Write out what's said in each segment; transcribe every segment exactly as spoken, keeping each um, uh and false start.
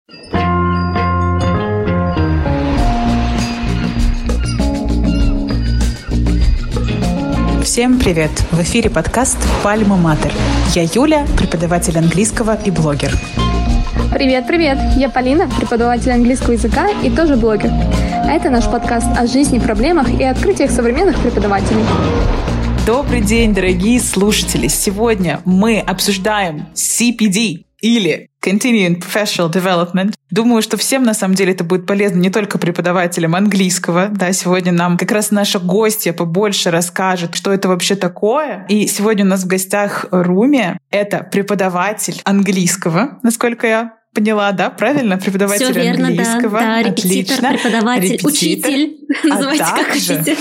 Всем привет! В эфире подкаст «Пальма Матер». Я Юля, преподаватель английского и блогер. Привет-привет! Я Полина, преподаватель английского языка и тоже блогер. А это наш подкаст о жизни, проблемах и открытиях современных преподавателей. Добрый день, дорогие слушатели! Сегодня мы обсуждаем си пи ди или Continuing Professional Development. Думаю, что всем на самом деле это будет полезно, не только преподавателям английского. Да, сегодня нам как раз наша гостья побольше расскажет, что это вообще такое. И сегодня у нас в гостях Руми. Это преподаватель английского, насколько я поняла, да, правильно? Преподаватель Всё верно, английского. Да, да, репетитор, отлично. Преподаватель, Репетитор. Учитель. А Называйте как также, хотите.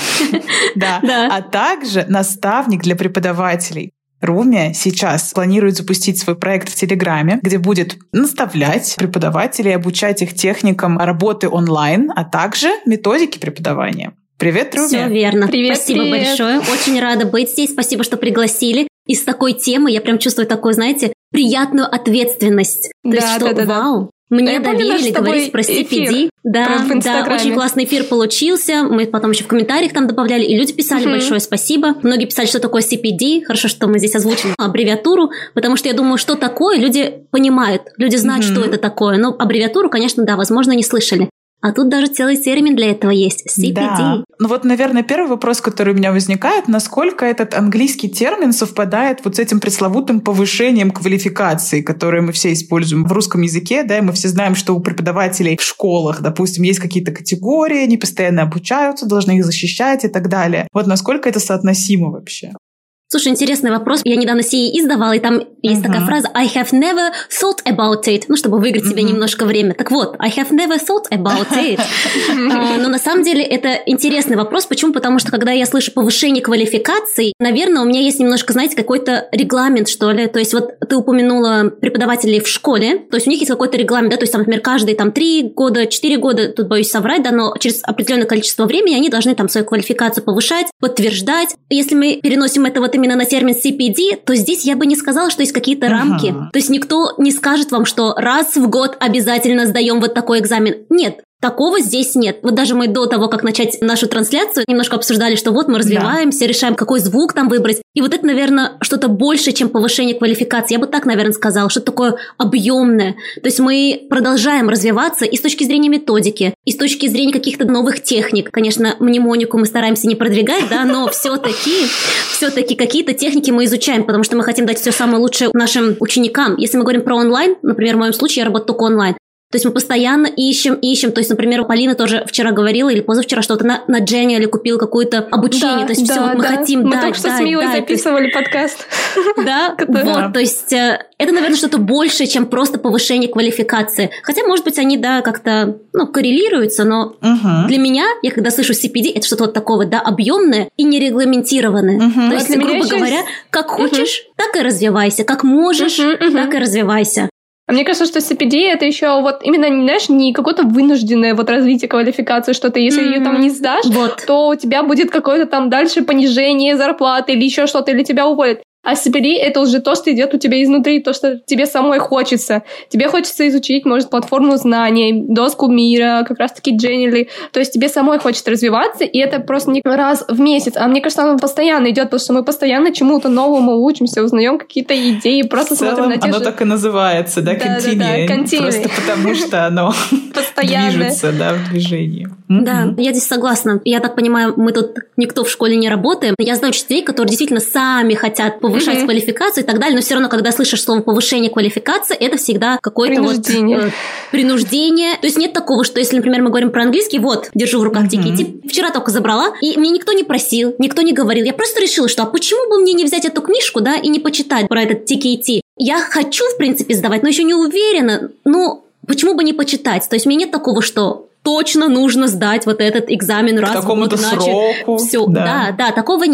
да, Да. а также наставник для преподавателей. Руми сейчас планирует запустить свой проект в Телеграме, где будет наставлять преподавателей, обучать их техникам работы онлайн, а также методики преподавания. Привет, Руми! Все верно. Привет, Спасибо привет. большое. Очень рада быть здесь. Спасибо, что пригласили. И с такой темы я прям чувствую такую, знаете, приятную ответственность. То Да, есть, что да, да, да. вау, мне Да, я помню наш доверили с тобой говорить про си пи ди. эфир Да, про- в да, Инстаграме. очень классный эфир получился. Мы потом еще в комментариях там добавляли, и люди писали Мгм. большое спасибо. Многие писали, что такое си пи ди. Хорошо, что мы здесь озвучим аббревиатуру, потому что я думаю, что такое, люди понимают, люди знают, Мгм. что это такое. Но аббревиатуру, конечно, да, возможно, не слышали. А тут даже целый термин для этого есть. си пи ди. Да. Ну вот, наверное, первый вопрос, который у меня возникает, насколько этот английский термин совпадает вот с этим пресловутым повышением квалификации, которое мы все используем в русском языке, да, и мы все знаем, что у преподавателей в школах, допустим, есть какие-то категории, они постоянно обучаются, должны их защищать и так далее. Вот насколько это соотносимо вообще? Слушай, интересный вопрос. Я недавно си и и сдавала, и там есть Uh-huh. такая фраза «I have never thought about it», ну, чтобы выиграть себе Uh-huh. немножко время. Так вот, «I have never thought about it». А, Но на самом деле это интересный вопрос. Почему? Потому что, когда я слышу повышение квалификаций, наверное, у меня есть немножко, знаете, какой-то регламент, что ли. То есть вот ты упомянула преподавателей в школе, то есть у них есть какой-то регламент, да, то есть, там, например, каждые там три года, четыре года, тут боюсь соврать, да, но через определенное количество времени они должны там свою квалификацию повышать, подтверждать. Если мы переносим это вот именно на термин си пи ди, то здесь я бы не сказала, что есть какие-то Ага. рамки. То есть никто не скажет вам, что раз в год обязательно сдаем вот такой экзамен. Нет. Такого здесь нет. Вот даже мы до того, как начать нашу трансляцию, немножко обсуждали, что вот мы развиваемся, решаем, какой звук там выбрать. И вот это, наверное, что-то больше, чем повышение квалификации. Я бы так, наверное, сказала, что-то такое объемное. То есть мы продолжаем развиваться и с точки зрения методики, и с точки зрения каких-то новых техник. Конечно, мнемонику мы стараемся не продвигать, да, но все-таки, все-таки какие-то техники мы изучаем, потому что мы хотим дать все самое лучшее нашим ученикам. Если мы говорим про онлайн, например, в моем случае я работаю только онлайн. То есть мы постоянно ищем, ищем. То есть, например, Полина тоже вчера говорила или позавчера что-то на, на Genial купила какое-то обучение. Да, то есть да, все вот мы да. хотим Мы дать, только что дать, с Милой дать. записывали подкаст. Да, Да. вот. То есть э, это, наверное, что-то большее, чем просто повышение квалификации. Хотя, может быть, они, да, как-то, ну, коррелируются, но Мгм. для меня, я когда слышу си пи ди, это что-то вот такое, да, объемное и нерегламентированное. Мгм. То А есть, для меня грубо еще говоря, есть- как хочешь, так и развивайся. Как можешь, Мгм, мгм. так и развивайся. А мне кажется, что си пи ди это еще вот именно, знаешь, не какое-то вынужденное вот развитие квалификации, что-то, если ее там не сдашь, Вот. то у тебя будет какое-то там дальше понижение зарплаты или еще что-то, или тебя уволят. А си пи ди это уже то, что идет у тебя изнутри, то, что тебе самой хочется. Тебе хочется изучить, может, платформу знаний, доску мира, как раз-таки Genially. То есть тебе самой хочется развиваться, и это просто не раз в месяц. А мне кажется, оно постоянно идет, потому что мы постоянно чему-то новому учимся, узнаем какие-то идеи, просто В целом, смотрим на те оно же... так и называется, да, Да-да-да, continuing. continuing. Просто потому что оно Постоянно. движется, да, в движении. Да, Мгм. я здесь согласна. Я так понимаю, мы тут никто в школе не работаем. Я знаю учителей, которые действительно сами хотят повышать Мгм. квалификацию и так далее, но все равно, когда слышишь слово повышение квалификации, это всегда какое-то вот Принуждение. э, принуждение. То есть нет такого, что если, например, мы говорим про английский, вот, держу в руках Мгм. Тикити, вчера только забрала, и мне никто не просил, никто не говорил. Я просто решила, что а почему бы мне не взять эту книжку, да, и не почитать про этот Тикити? Я хочу, в принципе, сдавать, но еще не уверена. Ну, почему бы не почитать? То есть у меня нет такого, что точно нужно сдать вот этот экзамен раз в год, такому-то иначе сроку, все. да. Да, да, такого нет. То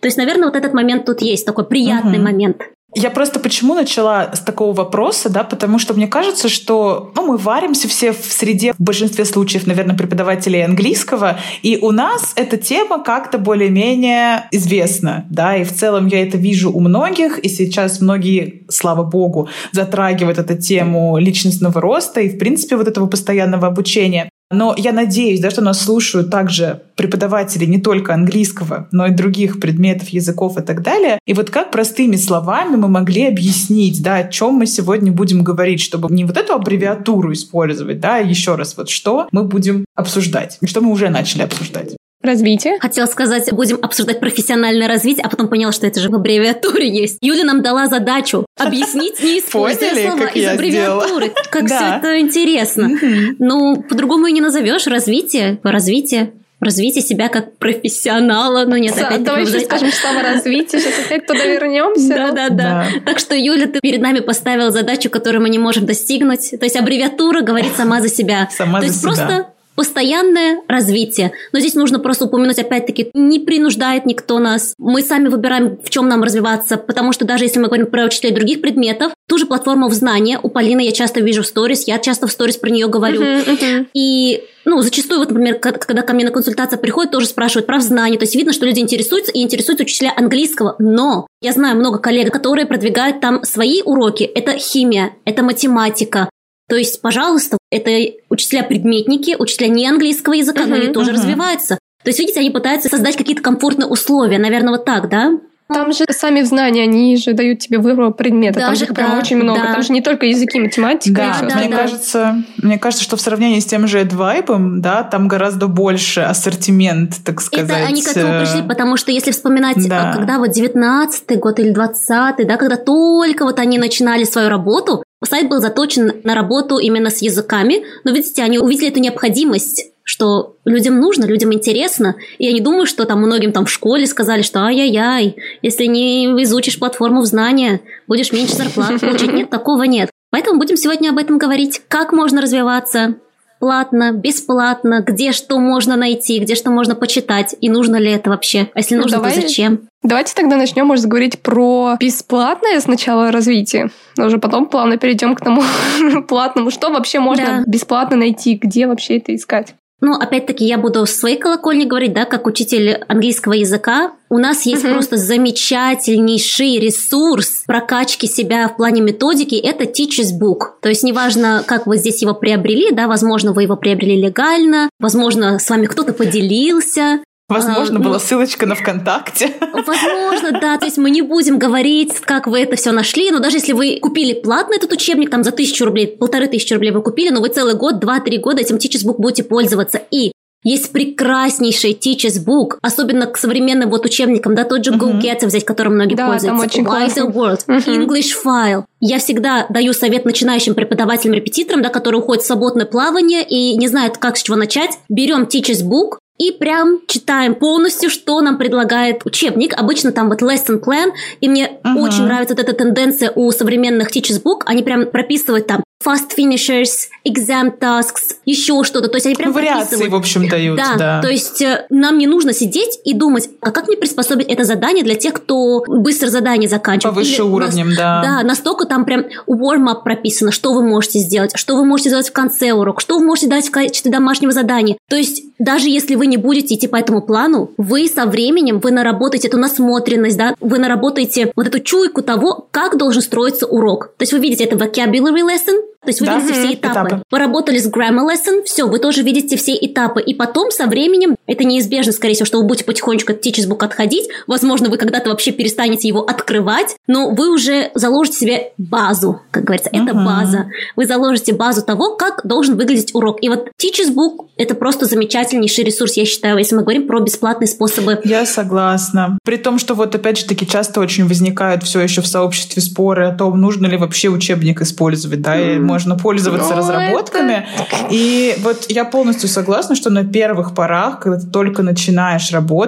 То есть, наверное, вот этот момент тут есть, такой приятный угу. момент. Я просто почему начала с такого вопроса, да, потому что мне кажется, что ну, мы варимся все в среде, в большинстве случаев, наверное, преподавателей английского, и у нас эта тема как-то более-менее известна, да, и в целом я это вижу у многих, и сейчас многие, слава богу, затрагивают эту тему личностного роста и, в принципе, вот этого постоянного обучения. Но я надеюсь, да, что нас слушают также преподаватели не только английского, но и других предметов, языков и так далее. И вот как простыми словами мы могли объяснить, да, о чем мы сегодня будем говорить, чтобы не вот эту аббревиатуру использовать, да, еще раз, вот что мы будем обсуждать, что мы уже начали обсуждать. Развитие. Хотела сказать, будем обсуждать профессиональное развитие, а потом поняла, что это же в аббревиатуре есть. Юля нам дала задачу объяснить, не используя слова из аббревиатуры. Как все это интересно. Ну, по-другому и не назовешь. Развитие. Развитие. Развитие себя как профессионала. Ну нет, опять давай еще скажем саморазвитие. Сейчас опять туда вернемся. Да-да-да. Так что, Юля, ты перед нами поставила задачу, которую мы не можем достигнуть. То есть аббревиатура говорит сама за себя. Сама за себя. То есть просто... постоянное развитие. Но здесь нужно просто упомянуть, опять-таки, не принуждает никто нас. Мы сами выбираем, в чем нам развиваться, потому что даже если мы говорим про учителей других предметов, ту же платформу «Знания» у Полины я часто вижу в сторис, я часто в сторис про нее говорю. Uh-huh, uh-huh. И, ну, зачастую, вот, например, когда ко мне на консультацию приходят, тоже спрашивают про знания. То есть видно, что люди интересуются, и интересуются учителя английского. Но я знаю много коллег, которые продвигают там свои уроки. Это химия, это математика. То есть, пожалуйста, это учителя-предметники, учителя не английского языка, uh-huh, но они тоже uh-huh. развиваются. То есть, видите, они пытаются создать какие-то комфортные условия. Наверное, вот так, да? Там же сами знания, они же дают тебе выбор предмета. Даже, там же их да, прям очень много. Да. Там же не только языки, математика. Да, и да, мне, да. кажется, мне кажется, что в сравнении с тем же Эдвайбом, да, там гораздо больше ассортимент, так сказать. Это они к этому пришли, потому что если вспоминать, да. когда вот девятнадцатый год или двадцатый, да, когда только вот они начинали свою работу, сайт был заточен на работу именно с языками, но, видите, они увидели эту необходимость, что людям нужно, людям интересно. И я не думаю, что там многим там в школе сказали, что ай-яй-яй, если не изучишь платформу Знания, будешь меньше зарплат получить. Нет, такого нет. Поэтому будем сегодня об этом говорить. Как можно развиваться платно, бесплатно, где что можно найти, где что можно почитать, и нужно ли это вообще. А если ну, нужно, давай, то зачем? Давайте тогда начнем, может, говорить про бесплатное сначала развитие, но уже потом плавно перейдем к тому платному. Что вообще можно да. бесплатно найти, где вообще это искать? Ну, опять-таки, я буду с своей колокольни говорить, да, как учитель английского языка. У нас есть uh-huh. просто замечательнейший ресурс прокачки себя в плане методики. Это Teacher's Book. То есть, неважно, как вы здесь его приобрели, да, возможно, вы его приобрели легально, возможно, с вами кто-то поделился. Возможно, а, была ну, ссылочка на ВКонтакте. Возможно, да. То есть мы не будем говорить, как вы это все нашли. Но даже если вы купили платно этот учебник, там за тысячу рублей, полторы тысячи рублей вы купили, но вы целый год, два-три года этим Teacher's Book будете пользоваться. И есть прекраснейший Teacher's Book, особенно к современным вот учебникам, да, тот же uh-huh. Go-Getter взять, которым многие да, пользуются. Там очень Wider World, uh-huh. English File. Я всегда даю совет начинающим преподавателям, репетиторам, да, которые уходят в свободное плавание и не знают, как с чего начать. Берем Teacher's Book и прям читаем полностью, что нам предлагает учебник. Обычно там вот lesson plan, и мне uh-huh. очень нравится вот эта тенденция у современных Teacher's Book. Они прям прописывают там fast finishers, exam tasks, еще что-то. То есть они прям ну, вариации, в общем, дают. Да, да, то есть э, нам не нужно сидеть и думать, а как мне приспособить это задание для тех, кто быстро задание заканчивает. Повыше Или уровнем, нас, да. Да, настолько там прям warm-up прописано, что вы можете сделать, что вы можете сделать в конце урока, что вы можете дать в качестве домашнего задания. То есть даже если вы не будете идти по этому плану, вы со временем, вы наработаете эту насмотренность, да, вы наработаете вот эту чуйку того, как должен строиться урок. То есть вы видите, это vocabulary lesson, то есть вы да, видите все этапы. этапы. Вы работали с grammar lesson, все, вы тоже видите все этапы. И потом со временем, это неизбежно, скорее всего, что вы будете потихонечку от Teacher's Book отходить. Возможно, вы когда-то вообще перестанете его открывать, но вы уже заложите себе базу, как говорится, это uh-huh. база. Вы заложите базу того, как должен выглядеть урок. И вот Teacher's Book – это просто замечательнейший ресурс, я считаю, если мы говорим про бесплатные способы. Я согласна. При том, что вот опять же таки часто очень возникают все еще в сообществе споры о том, нужно ли вообще учебник использовать, да, mm. и можно пользоваться Но разработками. Это... И вот я полностью согласна, что на первых порах, когда ты только начинаешь работать,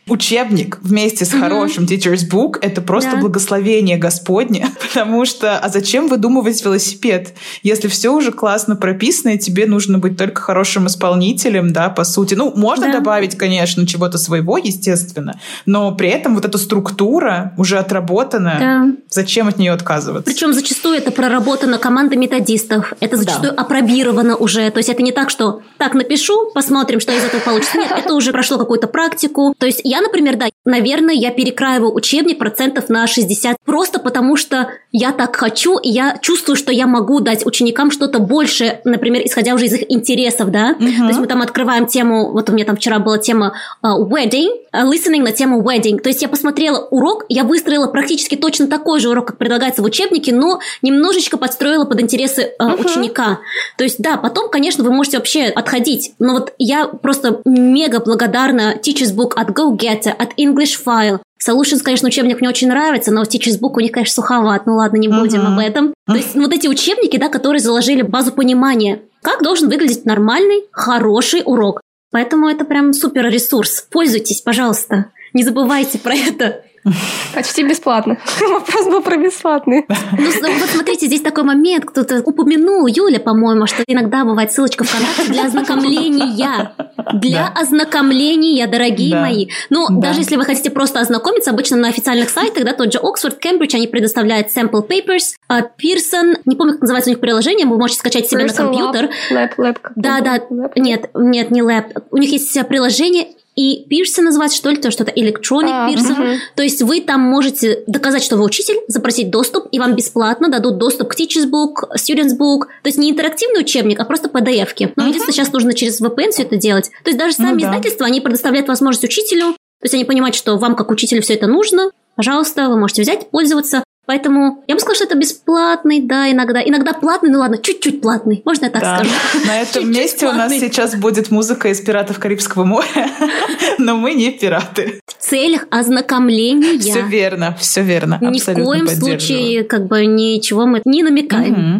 Учебник вместе с mm-hmm. хорошим teacher's book — это просто да. благословение Господне, потому что а зачем выдумывать велосипед, если все уже классно прописано, и тебе нужно быть только хорошим исполнителем, да, по сути. Ну, можно да. добавить, конечно, чего-то своего, естественно, но при этом вот эта структура уже отработана. Да. Зачем от нее отказываться? Причем зачастую это проработано командой методистов, это зачастую да. апробировано уже, то есть это не так, что так напишу, посмотрим, что из этого получится. Нет, это уже прошло какую-то практику, то есть я, например, да, наверное, я перекраиваю учебник процентов на шестьдесят, просто потому что я так хочу, и я чувствую, что я могу дать ученикам что-то больше, например, исходя уже из их интересов, да. Uh-huh. То есть мы там открываем тему, вот у меня там вчера была тема uh, wedding, uh, listening на тему wedding. То есть я посмотрела урок, я выстроила практически точно такой же урок, как предлагается в учебнике, но немножечко подстроила под интересы uh, uh-huh. ученика. То есть да, потом, конечно, вы можете вообще отходить, но вот я просто мега благодарна Teacher's Book от GoGetter, от English File. Solutions, конечно, учебник мне очень нравится, но Teacher's Book у них, конечно, суховат. Ну ладно, не будем uh-huh. об этом. Uh-huh. То есть вот эти учебники, да, которые заложили базу понимания, как должен выглядеть нормальный, хороший урок. Поэтому это прям супер ресурс. Пользуйтесь, пожалуйста. Не забывайте про это. Почти бесплатно. Вопрос был про бесплатный. Ну, вот смотрите, здесь такой момент. Кто-то упомянул, Юля, по-моему, что иногда бывает ссылочка ВКонтакте для ознакомления. Для да. ознакомления, дорогие да. мои. Ну, да. даже если вы хотите просто ознакомиться, обычно на официальных сайтах, да, тот же Oxford, Cambridge, они предоставляют sample papers. А Pearson, не помню, как называется у них приложение, вы можете скачать себе Pearson на компьютер. Lab, lab, lab. Да, да. Lab. Нет, нет, не Lab. У них есть приложение. И Pearson называется, что ли, то что-то Electronic а, Pearson. Угу. То есть вы там можете доказать, что вы учитель, запросить доступ, и вам бесплатно дадут доступ к Teacher's Book, Student's Book. То есть не интерактивный учебник, а просто пи ди эф-ки. Но угу. единственное, сейчас нужно через ви пи эн все это делать. То есть даже сами ну, да. издательства, они предоставляют возможность учителю. То есть они понимают, что вам, как учителю, все это нужно. Пожалуйста, вы можете взять, пользоваться. Поэтому я бы сказала, что это бесплатный, да, иногда. Иногда платный, ну ладно, чуть-чуть платный. Можно я так да. скажу? На этом месте у нас сейчас будет музыка из «Пиратов Карибского моря», но мы не пираты. В целях ознакомления. Все верно, все верно. Ни в коем случае как бы ничего мы не намекаем.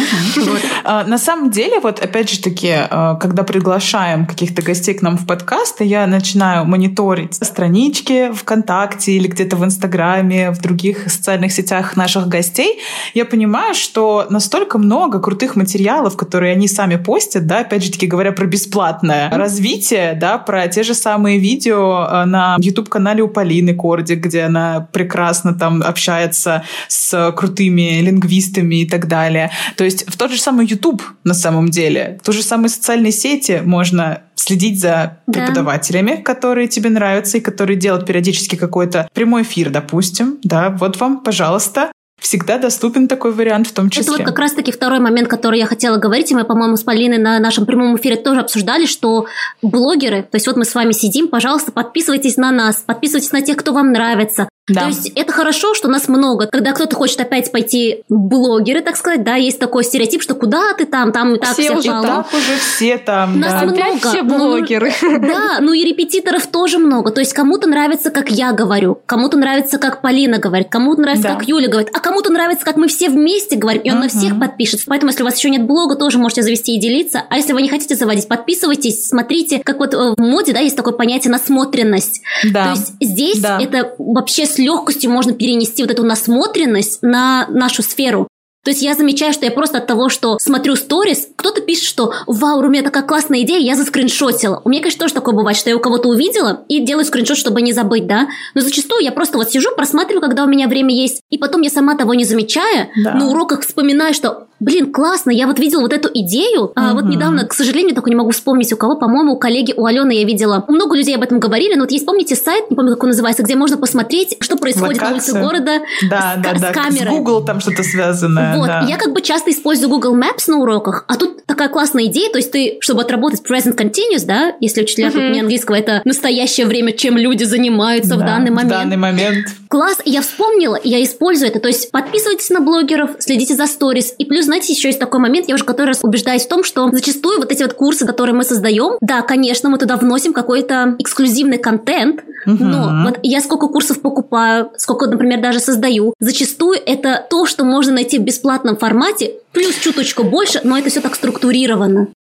На самом деле, вот опять же таки, когда приглашаем каких-то гостей к нам в подкасты, я начинаю мониторить странички ВКонтакте или где-то в Инстаграме, в других социальных сетях наших гостей, я понимаю, что настолько много крутых материалов, которые они сами постят, да, опять же таки говоря про бесплатное развитие, да, про те же самые видео на YouTube-канале у Полины Кордик, где она прекрасно там общается с крутыми лингвистами и так далее. То есть в тот же самый YouTube на самом деле, в той же самой социальной сети можно следить за преподавателями, да. которые тебе нравятся и которые делают периодически какой-то прямой эфир, допустим. Да, вот вам, пожалуйста, всегда доступен такой вариант в том числе. Это вот как раз-таки второй момент, который я хотела говорить, и мы, по-моему, с Полиной на нашем прямом эфире тоже обсуждали, что блогеры, то есть вот мы с вами сидим, пожалуйста, подписывайтесь на нас, подписывайтесь на тех, кто вам нравится. Да. То есть это хорошо, что нас много. Когда кто-то хочет опять пойти в блогеры, так сказать, да, есть такой стереотип, что куда ты там, там и так все все уже полно. Так уже все там. Нас да. много. Опять все блогеры. Ну, да, ну и репетиторов тоже много. То есть кому-то нравится, как я говорю, кому-то нравится, как Полина говорит, кому-то нравится, да. как Юля говорит, а кому-то нравится, как мы все вместе говорим, и он uh-huh. на всех подпишется. Поэтому, если у вас еще нет блога, тоже можете завести и делиться. А если вы не хотите заводить, подписывайтесь, смотрите, как вот в моде, да, есть такое понятие насмотренность. Да. То есть здесь да. это вообще с легкостью можно перенести вот эту насмотренность на нашу сферу. То есть я замечаю, что я просто от того, что смотрю сторис, кто-то пишет, что «Вау, у меня такая классная идея, я заскриншотила». У меня, конечно, тоже такое бывает, что я у кого-то увидела и делаю скриншот, чтобы не забыть, да. Но зачастую я просто вот сижу, просматриваю, когда у меня время есть, и потом я сама того не замечая, да. на уроках вспоминаю, что блин, классно, я вот видела вот эту идею. А uh-huh. вот недавно, к сожалению, только не могу вспомнить, у кого, по-моему, у коллеги, у Алены я видела. Много людей об этом говорили, но вот есть, помните, сайт, не помню, как он называется, где можно посмотреть, что происходит Локация. на улице города да, с, да, с да. камерой. С Google там что-то связанное. Вот, да. я как бы часто использую Google Maps на уроках, а тут такая классная идея, то есть ты, чтобы отработать present continuous, да, если учителя uh-huh. не английского, это настоящее время, чем люди занимаются да, в данный момент. в данный момент. Класс, и я вспомнила, и я использую это, то есть подписывайтесь на блогеров, следите за сторис, и плюс, знаете, еще есть такой момент, я уже который раз убеждаюсь в том, что зачастую вот эти вот курсы, которые мы создаем, да, конечно, мы туда вносим какой-то эксклюзивный контент, uh-huh. но вот я сколько курсов покупаю, сколько, например, даже создаю, зачастую это то, что можно найти в бесплатном формате, плюс чуточку больше, но это все так структурировано.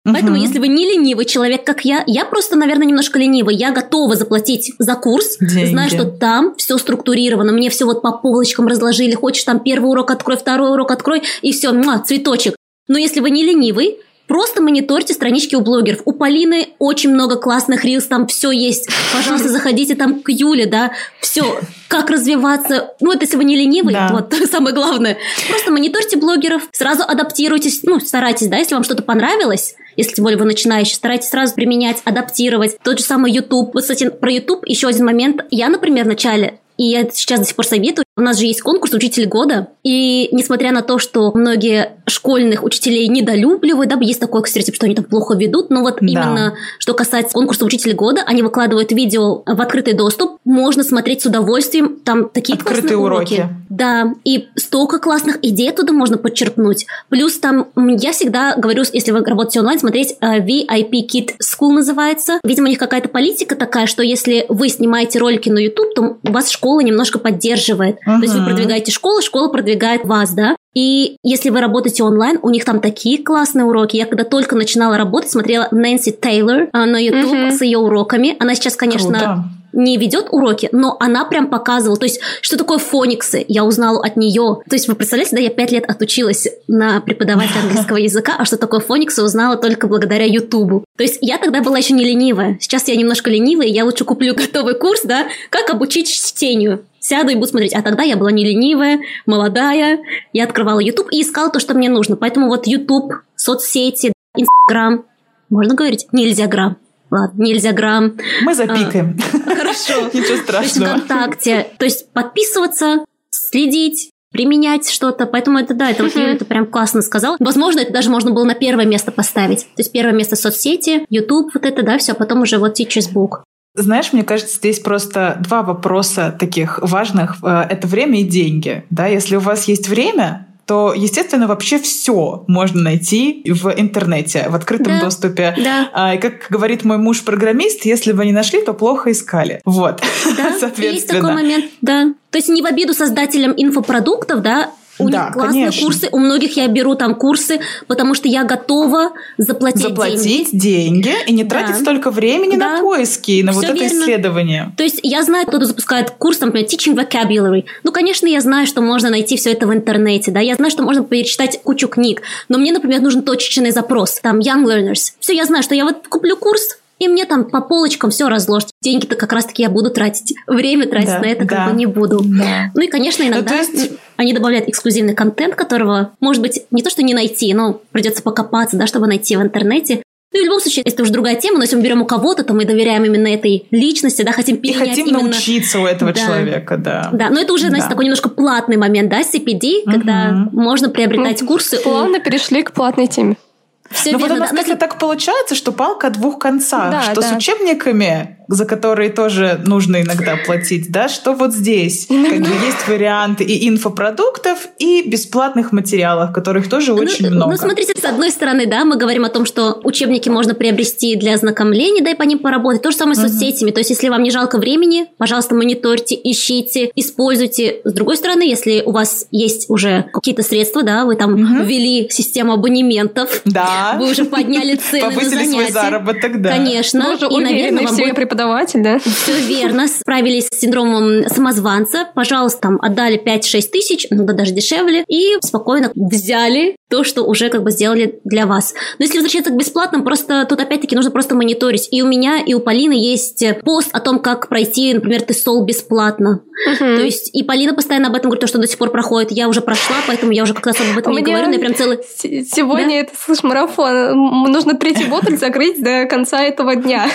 Поэтому, если вы не ленивый человек, как я, я просто, наверное, немножко ленивый. Я готова заплатить за курс, деньги. Знаю, что там все структурировано. Мне все вот по полочкам разложили. Хочешь там первый урок открой, второй урок открой, и все, муа, цветочек. Но если вы не ленивый, просто мониторьте странички у блогеров. У Полины очень много классных рилс, там все есть. Пожалуйста, заходите там к Юле, да, все, как развиваться. Ну, это если вы не ленивый, да. Вот самое главное. Просто мониторьте блогеров, сразу адаптируйтесь, ну, старайтесь, да, если вам что-то понравилось, если тем более вы начинающий, старайтесь сразу применять, адаптировать. Тот же самый YouTube. Вот, кстати, про YouTube еще один момент. Я, например, в начале, и я это сейчас до сих пор советую, у нас же есть конкурс «Учитель года», и несмотря на то, что многие школьных учителей недолюбливают, да, есть такой стереотип, что они там плохо ведут, но вот да. Именно что касается конкурса «Учитель года», они выкладывают видео в открытый доступ, можно смотреть с удовольствием, там такие открытые классные уроки. уроки. Да, и столько классных идей оттуда можно подчеркнуть. Плюс там, я всегда говорю, если вы работаете онлайн, смотреть ви ай пи Kid School называется. Видимо, у них какая-то политика такая, что если вы снимаете ролики на YouTube, то вас школа немножко поддерживает. Uh-huh. То есть вы продвигаете школу, школа продвигает вас, да? И если вы работаете онлайн, у них там такие классные уроки. Я когда только начинала работать, смотрела Нэнси Тейлор на YouTube uh-huh. с ее уроками. Она сейчас, конечно... Круто. Не ведет уроки, но она прям показывала. То есть, что такое фониксы, я узнала от нее. То есть, вы представляете, да, я пять лет отучилась на преподавателя английского языка, а что такое фониксы, узнала только благодаря Ютубу. То есть, я тогда была еще не ленивая. Сейчас я немножко ленивая, я лучше куплю готовый курс, да, как обучить чтению. Сяду и буду смотреть. А тогда я была не ленивая, молодая. Я открывала YouTube и искала то, что мне нужно. Поэтому вот YouTube, соцсети, Инстаграм. Можно говорить? Нельзя грамм. Ладно, нельзя грамм. Мы запикаем. А, хорошо. Ничего страшного. То есть ВКонтакте. То есть подписываться, следить, применять что-то. Поэтому это, да, это вот Юля, это прям классно сказала. Возможно, это даже можно было на первое место поставить. То есть первое место соцсети, YouTube, вот это, да, все, а потом уже вот Teacher's Book. Знаешь, мне кажется, здесь просто два вопроса таких важных. Это время и деньги. Да? Если у вас есть время, то, естественно, вообще все можно найти в интернете, в открытом да, доступе. Да. И как говорит мой муж-программист, если вы не нашли, то плохо искали. Вот. Да, соответственно. Есть такой момент, да. То есть не в обиду создателям инфопродуктов, да, у да, них классные конечно. Курсы, у многих я беру там курсы, потому что я готова заплатить, заплатить деньги. деньги и не да. тратить столько времени да. на поиски и на Всё вот это верно. Исследование. То есть я знаю, кто-то запускает курс, там, например, Teaching Vocabulary. Ну, конечно, я знаю, что можно найти все это в интернете, да, я знаю, что можно перечитать кучу книг, но мне, например, нужен точечный запрос, там, Young Learners. Все, я знаю, что я вот куплю курс, и мне там по полочкам все разложат. Деньги-то как раз-таки я буду тратить. Время тратить да, на это да, как бы не буду. Да. Ну и, конечно, иногда ну, есть... они добавляют эксклюзивный контент, которого, может быть, не то что не найти, но придется покопаться, да, чтобы найти в интернете. Ну и в любом случае, это уже другая тема, но если мы берем у кого-то, то мы доверяем именно этой личности, да, хотим перенять. И хотим именно... научиться у этого да. человека, да. Да, но это уже, знаете, да. такой немножко платный момент, да, си пи ди, угу. когда можно приобретать ну, курсы. Плавно у... перешли к платной теме. Все Но верно, вот у нас да. как-то так получается, что палка о двух концах. Да, что да. с учебниками, за которые тоже нужно иногда платить, да, что вот здесь. Как бы есть варианты и инфопродуктов, и бесплатных материалов, которых тоже ну, очень много. Ну, смотрите, с одной стороны, да, мы говорим о том, что учебники можно приобрести для ознакомления, да, и по ним поработать. То же самое с uh-huh. соцсетями. То есть, если вам не жалко времени, пожалуйста, мониторьте, ищите, используйте. С другой стороны, если у вас есть уже какие-то средства, да, вы там uh-huh. ввели систему абонементов, да. вы уже подняли цены на занятия. Повысили свой заработок, да. Конечно. Мы уже и, наверное, вам будет... преподаватель, да? Все верно. Справились с синдромом самозванца. Пожалуйста, там отдали пять-шесть тысяч, ну да даже дешевле, и спокойно взяли то, что уже как бы сделали для вас. Но если возвращаться к бесплатным, просто тут опять-таки нужно просто мониторить. И у меня, и у Полины есть пост о том, как пройти, например, ТЭСОЛ бесплатно. Uh-huh. То есть и Полина постоянно об этом говорит, то, что до сих пор проходит. Я уже прошла, поэтому я уже как-то особо об этом у не говорю. Я прям целый... Сегодня да? это, слышь, марафон. Нужно третий модуль закрыть до конца этого дня.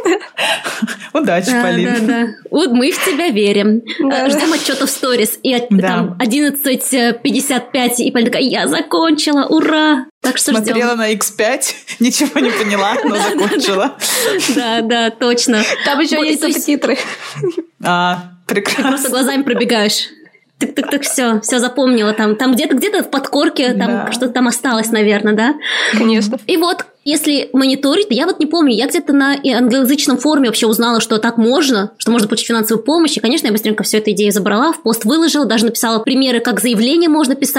Удачи, да, Полина. Да, да. Вот мы в тебя верим. Да. Ждем отчетов в сторис. И да. там одиннадцать пятьдесят пять, и Полина такая, я закончила, ура! Так что смотрела ждем. на икс пять, ничего не поняла, но закончила. Да, да, точно. Там еще есть субтитры. А, прекрасно. Ты просто глазами пробегаешь. Так-так-так, все, все запомнила там. Там где-то, где-то в подкорке там да. что-то там осталось, наверное, да? Конечно. И вот, если мониторить, я вот не помню, я где-то на англоязычном форуме вообще узнала, что так можно, что можно получить финансовую помощь. И, конечно, я быстренько всю эту идею забрала, в пост выложила, даже написала примеры, как заявление можно писать.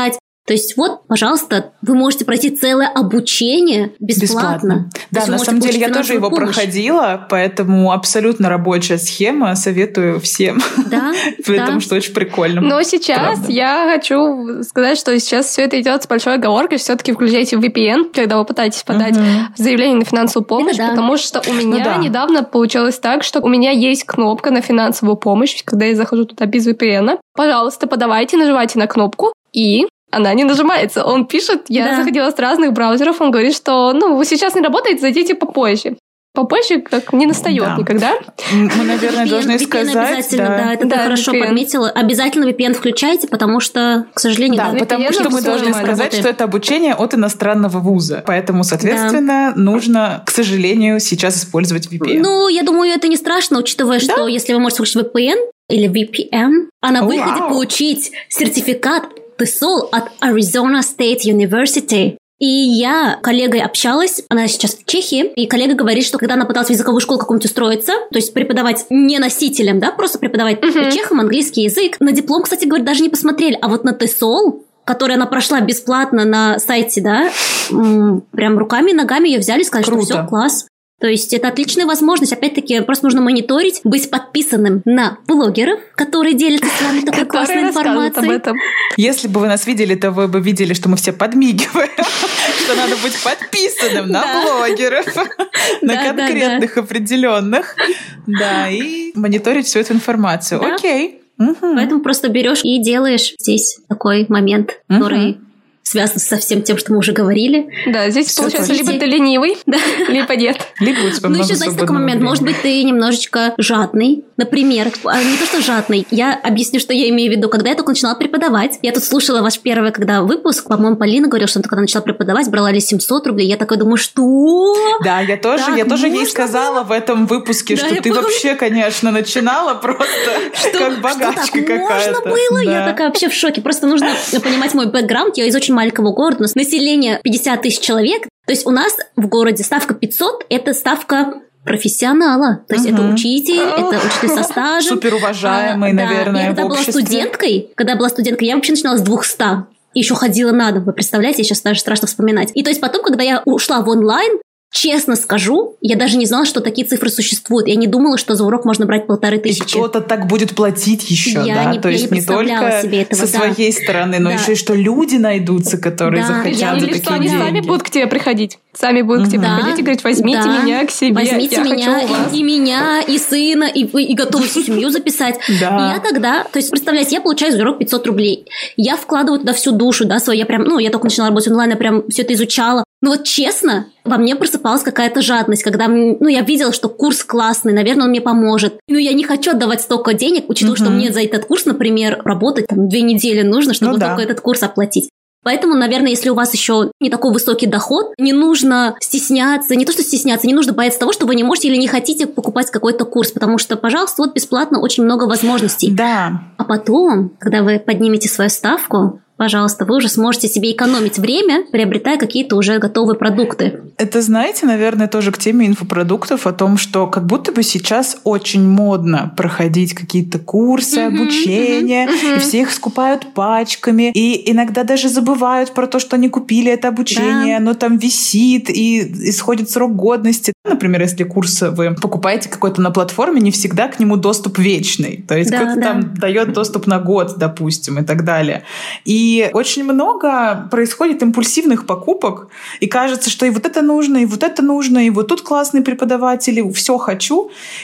То есть вот, пожалуйста, вы можете пройти целое обучение бесплатно. бесплатно. Да, на самом деле я тоже его помощь. проходила, поэтому абсолютно рабочая схема, советую всем. Да, потому да. что очень прикольно. Но сейчас правда. Я хочу сказать, что сейчас все это идет с большой оговоркой, все-таки включайте ви пи эн, когда вы пытаетесь подать угу. заявление на финансовую помощь, да. потому что у меня ну, да. недавно получилось так, что у меня есть кнопка на финансовую помощь, когда я захожу туда без ви пи эн. Пожалуйста, подавайте, нажимайте на кнопку и... Она не нажимается. Он пишет, я да. заходила с разных браузеров, он говорит, что ну, сейчас не работает, зайдите попозже. Попозже как не настает да. никогда. Мы, наверное, ви пи эн, должны ви пи эн сказать... обязательно, да, да, это да, ты хорошо ви пи эн. Подметила. Обязательно ви пи эн включайте, потому что, к сожалению... Да, да, потому что мы должны сказать, работает. Что это обучение от иностранного вуза. Поэтому, соответственно, да. нужно, к сожалению, сейчас использовать ви пи эн. Ну, я думаю, это не страшно, учитывая, да? что если вы можете включить ви пи эн или ви пи эн, а на выходе получить сертификат тесол от Arizona State University. И я коллегой общалась, она сейчас в Чехии, и коллега говорит, что когда она пыталась в языковую школу какую-нибудь устроиться, то есть преподавать не носителям, да, просто преподавать uh-huh. чехам английский язык, на диплом, кстати, говорит, даже не посмотрели, а вот на тесол, который она прошла бесплатно на сайте, да, м- прям руками и ногами ее взяли и сказали, Круто. Что все, класс. То есть это отличная возможность. Опять-таки, просто нужно мониторить, быть подписанным на блогеров, которые делятся с вами такой классной информацией. Об этом. Если бы вы нас видели, то вы бы видели, что мы все подмигиваем, что надо быть подписанным на блогеров, на конкретных определенных, да, и мониторить всю эту информацию. Окей. Поэтому просто берешь и делаешь здесь такой момент, который... связано со всем тем, что мы уже говорили. Да, здесь все получается, либо ты ленивый, да. либо нет. Либо у тебя ну, еще, знаете, такой момент. Времени. Может быть, ты немножечко жадный. Например, не то, что жадный. Я объясню, что я имею в виду. Когда я только начинала преподавать, я тут слушала ваш первый когда выпуск, по-моему, Полина говорила, что она когда начала преподавать, брала ли семьсот рублей. Я такой думаю, что? Да, я тоже, так я тоже ей сказала в этом выпуске, да, что ты помню. Вообще, конечно, начинала просто что, как богачка какая-то. Можно было? Да. Я такая вообще в шоке. Просто нужно понимать мой бэкграунд. Я из очень маленького города, у нас население пятьдесят тысяч человек, то есть у нас в городе ставка пятьсот, это ставка профессионала, то есть uh-huh. это учитель, это учитель со стажем. Суперуважаемый, а, наверное, да. Я когда в была обществе. студенткой, когда была студенткой, я вообще начинала с двухсот, и еще ходила на дом, вы представляете, сейчас даже страшно вспоминать. И то есть потом, когда я ушла в онлайн, честно скажу, я даже не знала, что такие цифры существуют. Я не думала, что за урок можно брать полторы тысячи. И кто-то так будет платить еще, я да? Не, То есть не, не только себе этого, со да. своей стороны, но да. еще и что люди найдутся, которые да. захотят я за или такие что они деньги. сами будут к тебе приходить. Сами будут к тебе да. приходить и говорить, возьмите да. меня к себе. Возьмите я меня, хочу у вас. И, и меня, и сына, и, и готовы всю семью записать. Да. И я тогда, то есть, представляете, я получаю за урок пятьсот рублей. Я вкладываю туда всю душу, да, свою. Я прям, ну, я только начала работать онлайн, я прям все это изучала. Но вот честно, во мне просыпалась какая-то жадность, когда, ну, я видела, что курс классный, наверное, он мне поможет. Но я не хочу отдавать столько денег, учитывая, uh-huh. что мне за этот курс, например, работать там две недели нужно, чтобы ну, да. только этот курс оплатить. Поэтому, наверное, если у вас еще не такой высокий доход, не нужно стесняться, не то что стесняться, не нужно бояться того, что вы не можете или не хотите покупать какой-то курс, потому что, пожалуйста, вот бесплатно очень много возможностей. Да. А потом, когда вы поднимете свою ставку, пожалуйста, вы уже сможете себе экономить время, приобретая какие-то уже готовые продукты. Это, знаете, наверное, тоже к теме инфопродуктов о том, что как будто бы сейчас очень модно проходить какие-то курсы, mm-hmm, обучения, mm-hmm, mm-hmm. и все их скупают пачками, и иногда даже забывают про то, что они купили это обучение, да. оно там висит, и исходит срок годности. Например, если курс вы покупаете какой-то на платформе, не всегда к нему доступ вечный. То есть да, кто-то да. там дает доступ на год, допустим, и так далее. И И очень много происходит импульсивных покупок, и кажется, что и вот это нужно, и вот это нужно, и вот тут классные преподаватели, все хочу.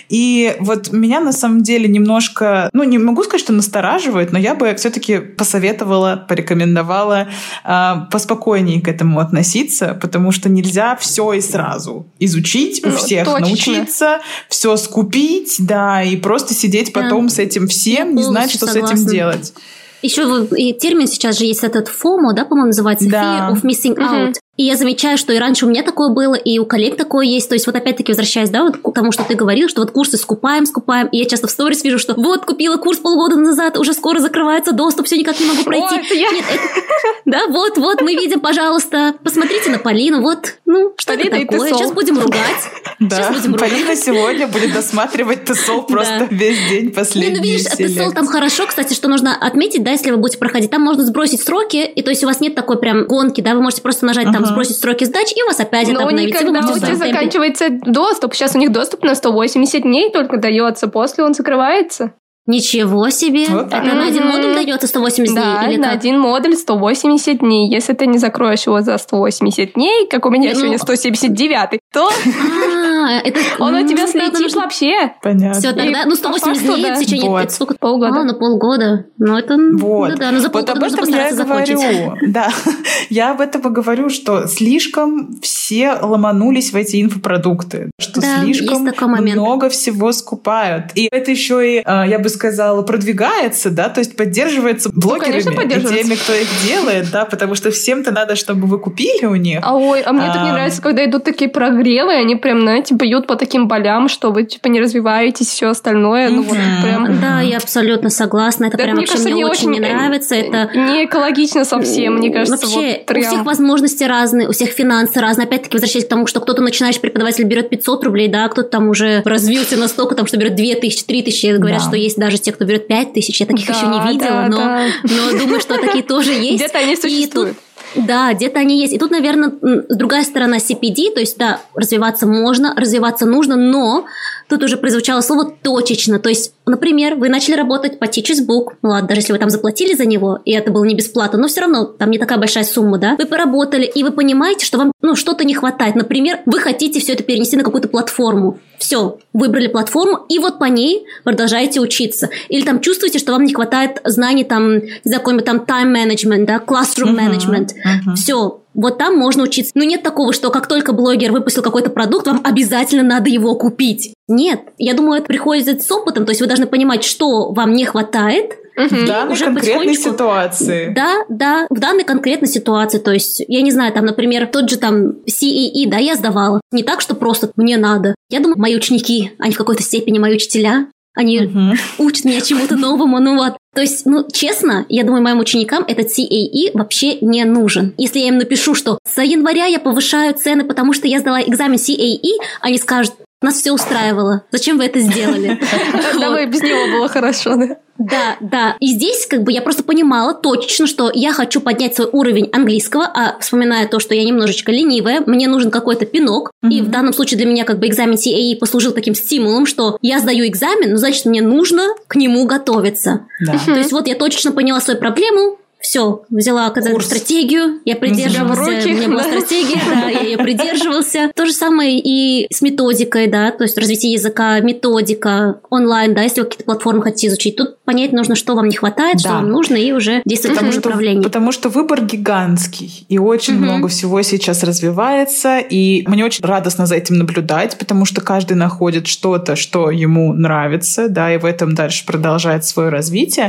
И вот меня на самом деле немножко, ну не могу сказать, что настораживает, но я бы все-таки посоветовала, порекомендовала э, поспокойнее к этому относиться, потому что нельзя все и сразу изучить, у всех Точно. научиться, все скупить, да, и просто сидеть потом да. с этим всем, я не знать, что согласна. С этим делать. Еще и термин сейчас же есть этот фомо, да, по-моему, называется, да. fear of missing out. Uh-huh. И я замечаю, что и раньше у меня такое было, и у коллег такое есть. То есть вот опять-таки возвращаясь, да, вот к тому, что ты говорил, что вот курсы скупаем, скупаем. И я часто в сторис вижу, что вот купила курс полгода назад, уже скоро закрывается доступ, все никак не могу пройти. О, это я. Нет, это... Да, вот, вот, мы видим, пожалуйста, посмотрите на Полину, вот, ну, что это такое, сейчас будем ругать. Да, Полина сегодня будет досматривать ТЭСОЛ просто весь день последние. Не, ну видишь, ТЭСОЛ там хорошо, кстати, что нужно отметить, да, если вы будете проходить, там можно сбросить сроки, и то есть у вас нет такой прям гонки, да, вы можете просто нажать там сбросить сроки сдач, и у вас опять это обновится. Но никогда у тебя заканчивается доступ, сейчас у них доступ на сто восемьдесят дней только дается, после он закрывается. Ничего себе! Вот это mm-hmm. на один модуль дается сто восемьдесят да, дней? Или на как? один модуль сто восемьдесят дней. Если ты не закроешь его за сто восемьдесят дней, как у меня ну... сегодня сто семьдесят девять, то он у тебя слетит вообще. Понятно. Все, тогда, ну сто восемьдесят дней в течение сколько? Полгода. А, на полгода. Ну это, вот. да, ну за полгода нужно постараться закончить. Да, я об этом и говорю, что слишком все ломанулись в эти инфопродукты, что слишком много всего скупают. И это еще и, я бы сказала, продвигается, да, то есть поддерживается блогерами, ну, и теми, кто их делает, да, потому что всем-то надо, чтобы вы купили у них. А ой, а мне а... так не нравится, когда идут такие прогревы, и они прям, знаете, бьют по таким болям, что вы, типа, не развиваетесь, все остальное, ну, вот прям... Да, я абсолютно согласна, это, это прям мне вообще кажется, мне очень не нравится, это... Не экологично совсем, мне кажется, вообще, вот прям... у всех возможности разные, у всех финансы разные, опять-таки, возвращаясь к тому, что кто-то начинающий преподаватель берет пятьсот рублей, да, кто-то там уже развился настолько, там, что берет две тысячи, три тысячи, говорят, да. что есть даже те, кто берет пять тысяч, я таких да, еще не видела, да, но, да. но думаю, что такие тоже есть. Где-то они существуют. Да, где-то они есть. И тут, наверное, другая сторона си пи ди, то есть, да, развиваться можно, развиваться нужно, но тут уже прозвучало слово «точечно». То есть, например, вы начали работать по Teachers Book, ну ладно, даже если вы там заплатили за него, и это было не бесплатно, но все равно там не такая большая сумма, да, вы поработали, и вы понимаете, что вам, ну, что-то не хватает. Например, вы хотите все это перенести на какую-то платформу. Все, выбрали платформу, и вот по ней продолжаете учиться. Или там чувствуете, что вам не хватает знаний, там, не знаю, какой-нибудь там time management, да, classroom uh-huh, management. Uh-huh. Все, вот там можно учиться. Но нет такого, что как только блогер выпустил какой-то продукт, вам обязательно надо его купить. Нет, я думаю, это приходит с опытом, то есть вы должны понимать, что вам не хватает, в данной уже конкретной ситуации. Да, да, в данной конкретной ситуации. То есть, я не знаю, там, например, тот же там си эй и, да, я сдавала. Не так, что просто мне надо. Я думаю, мои ученики, они в какой-то степени мои учителя, они uh-huh. учат меня чему-то новому, ну вот. То есть, ну, честно, я думаю, моим ученикам этот си эй и вообще не нужен. Если я им напишу, что с января я повышаю цены, потому что я сдала экзамен си эй и, они скажут, нас все устраивало. Зачем вы это сделали? Давай без него было хорошо, да? Да, да. И здесь как бы я просто понимала точно, что я хочу поднять свой уровень английского, а вспоминая то, что я немножечко ленивая, мне нужен какой-то пинок. Mm-hmm. И в данном случае для меня как бы экзамен си эй и послужил таким стимулом, что я сдаю экзамен, ну, значит, мне нужно к нему готовиться. Да. То есть вот я точно поняла свою проблему, все, взяла какую-то стратегию, я придерживалась, у меня была стратегия, да, я ее придерживался. То же самое и с методикой, да, то есть развитие языка, методика, онлайн, да, если вы какие-то платформы хотите изучить, тут понять нужно, что вам не хватает, да. что вам нужно, и уже действовать в этом направлении. Потому что выбор гигантский, и очень mm-hmm. много всего сейчас развивается, и мне очень радостно за этим наблюдать, потому что каждый находит что-то, что ему нравится, да, и в этом дальше продолжает свое развитие,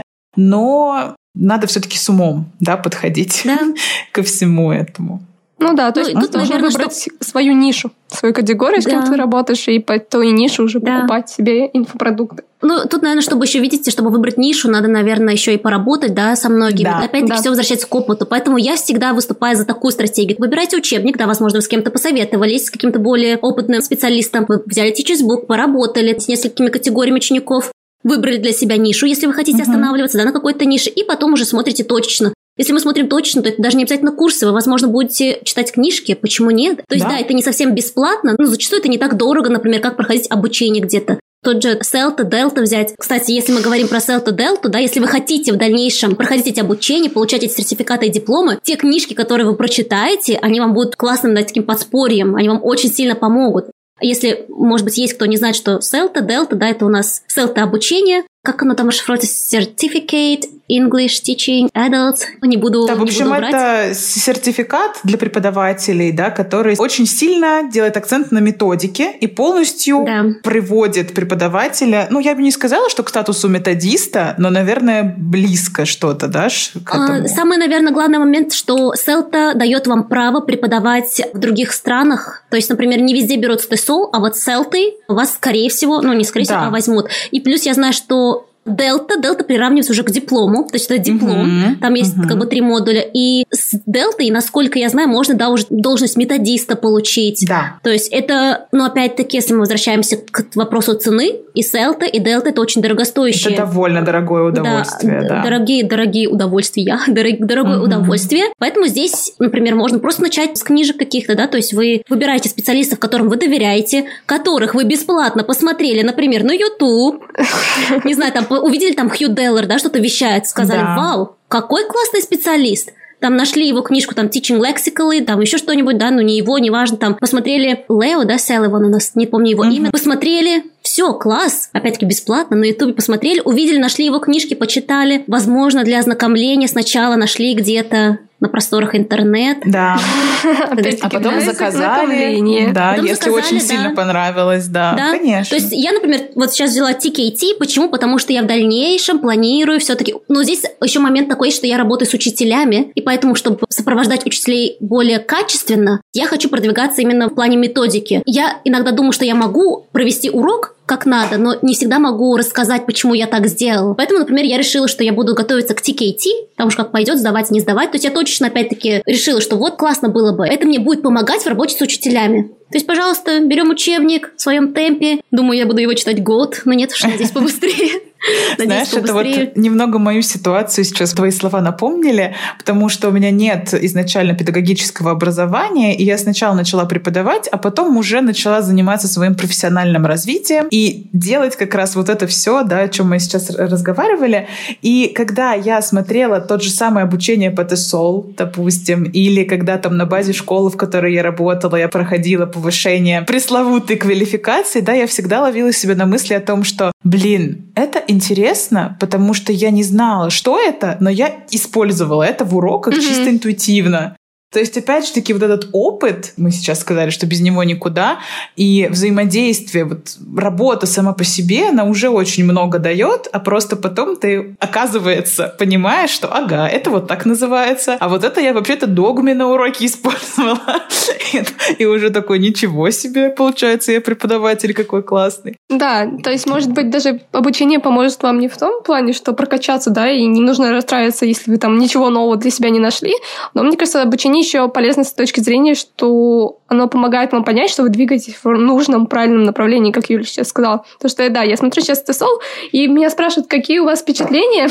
но надо все-таки с умом, да, подходить да. ко всему этому. Ну да, то ну, есть тут, наверное, выбрать что... свою нишу, свою категорию, да. с кем ты работаешь, и по той нише уже да. покупать себе инфопродукты. Ну, тут, наверное, чтобы еще, видите, чтобы выбрать нишу, надо, наверное, еще и поработать, да, со многими. Да. Опять-таки, да. все возвращается к опыту. Поэтому я всегда выступаю за такую стратегию. Выбирайте учебник, да, возможно, вы с кем-то посоветовались, с каким-то более опытным специалистом. Вы взяли Teachers Book, поработали с несколькими категориями учеников, выбрали для себя нишу, если вы хотите uh-huh. останавливаться, да, на какой-то нише, и потом уже смотрите точечно. Если мы смотрим точно, то это даже не обязательно курсы, вы, возможно, будете читать книжки, почему нет? То есть, да, да это не совсем бесплатно, но зачастую это не так дорого, например, как проходить обучение где-то. Тот же селта, дельта взять. Кстати, если мы говорим про селта, дельту, да, если вы хотите в дальнейшем проходить эти обучения, получать эти сертификаты и дипломы, те книжки, которые вы прочитаете, они вам будут классным, да, таким подспорьем, они вам очень сильно помогут. Если, может быть, есть кто не знает, что селта, дельта, да, это у нас селта обучение. Как оно там расшифровывается? Certificate English Teaching Adults. Не буду, да, не в общем, буду брать. Это сертификат для преподавателей, да, который очень сильно делает акцент на методике и полностью да. приводит преподавателя, ну, я бы не сказала, что к статусу методиста, но, наверное, близко что-то, да, к этому. А, самый, наверное, главный момент, что селта дает вам право преподавать в других странах. То есть, например, не везде берут ТЭСОЛ, а вот селтой вас, скорее всего, ну, не скорее всего, да. а возьмут. И плюс я знаю, что Дельта, Дельта приравнивается уже к диплому, то есть это диплом, uh-huh. там есть uh-huh. как бы три модуля, и с Дельтой, насколько я знаю, можно, да, уже должность методиста получить. Да. То есть это, ну, опять-таки, если мы возвращаемся к вопросу цены, и Селта, и Дельта это очень дорогостоящие. Это довольно дорогое удовольствие, да. да. Дорогие, дорогие удовольствия, дорог, дорогое uh-huh. удовольствие. Поэтому здесь, например, можно просто начать с книжек каких-то, да, то есть вы выбираете специалистов, которым вы доверяете, которых вы бесплатно посмотрели, например, на YouTube, не знаю, там увидели там Хью Деллер, да, что-то вещает, сказали, да. Вау, какой классный специалист. Там нашли его книжку, там, Teaching Lexically, там, еще что-нибудь, да, ну, не его, не важно, там, посмотрели Лео, да, Селиван у нас, не помню его uh-huh. имя, посмотрели, все, класс, опять-таки бесплатно, на Ютубе посмотрели, увидели, нашли его книжки, почитали, возможно, для ознакомления сначала нашли где-то на просторах интернет. Да. А потом заказали. Да, если очень сильно понравилось, да, конечно. То есть я, например, вот сейчас взяла ти кей ти. Почему? Потому что я в дальнейшем планирую все-таки... Но здесь еще момент такой, что я работаю с учителями, и поэтому, чтобы сопровождать учителей более качественно, я хочу продвигаться именно в плане методики. Я иногда думаю, что я могу провести урок как надо, но не всегда могу рассказать, почему я так сделала. Поэтому, например, я решила, что я буду готовиться к ти кей ти, потому что как пойдет, сдавать, не сдавать. То есть я точно, опять-таки, решила, что вот классно было бы. Это мне будет помогать в работе с учителями. То есть, пожалуйста, берем учебник в своем темпе. Думаю, я буду его читать год, но нет, что надеюсь, побыстрее. Знаешь, это вот немного мою ситуацию сейчас твои слова напомнили, потому что у меня нет изначально педагогического образования, и я сначала начала преподавать, а потом уже начала заниматься своим профессиональным развитием и делать как раз вот это все, да, о чем мы сейчас разговаривали. И когда я смотрела тот же самый обучение по ТЭСОЛ, допустим, или когда там на базе школы, в которой я работала, я проходила повышение пресловутой квалификации, да, я всегда ловила себя на мысли о том, что, блин, это интересно, потому что я не знала, что это, но я использовала это в уроках mm-hmm. чисто интуитивно. То есть, опять же таки, вот этот опыт, мы сейчас сказали, что без него никуда, и взаимодействие, вот работа сама по себе, она уже очень много дает, а просто потом ты, оказывается, понимаешь, что ага, это вот так называется, а вот это я вообще-то догме на уроке использовала. И уже такой, ничего себе, получается, я преподаватель какой классный. Да, то есть, может быть, даже обучение поможет вам не в том плане, что прокачаться, да, и не нужно расстраиваться, если вы там ничего нового для себя не нашли, но мне кажется, обучение еще полезно с точки зрения, что оно помогает вам понять, что вы двигаетесь в нужном, правильном направлении, как Юля сейчас сказала. Потому что, да, я смотрю сейчас ТЭСОЛ, и меня спрашивают, какие у вас впечатления,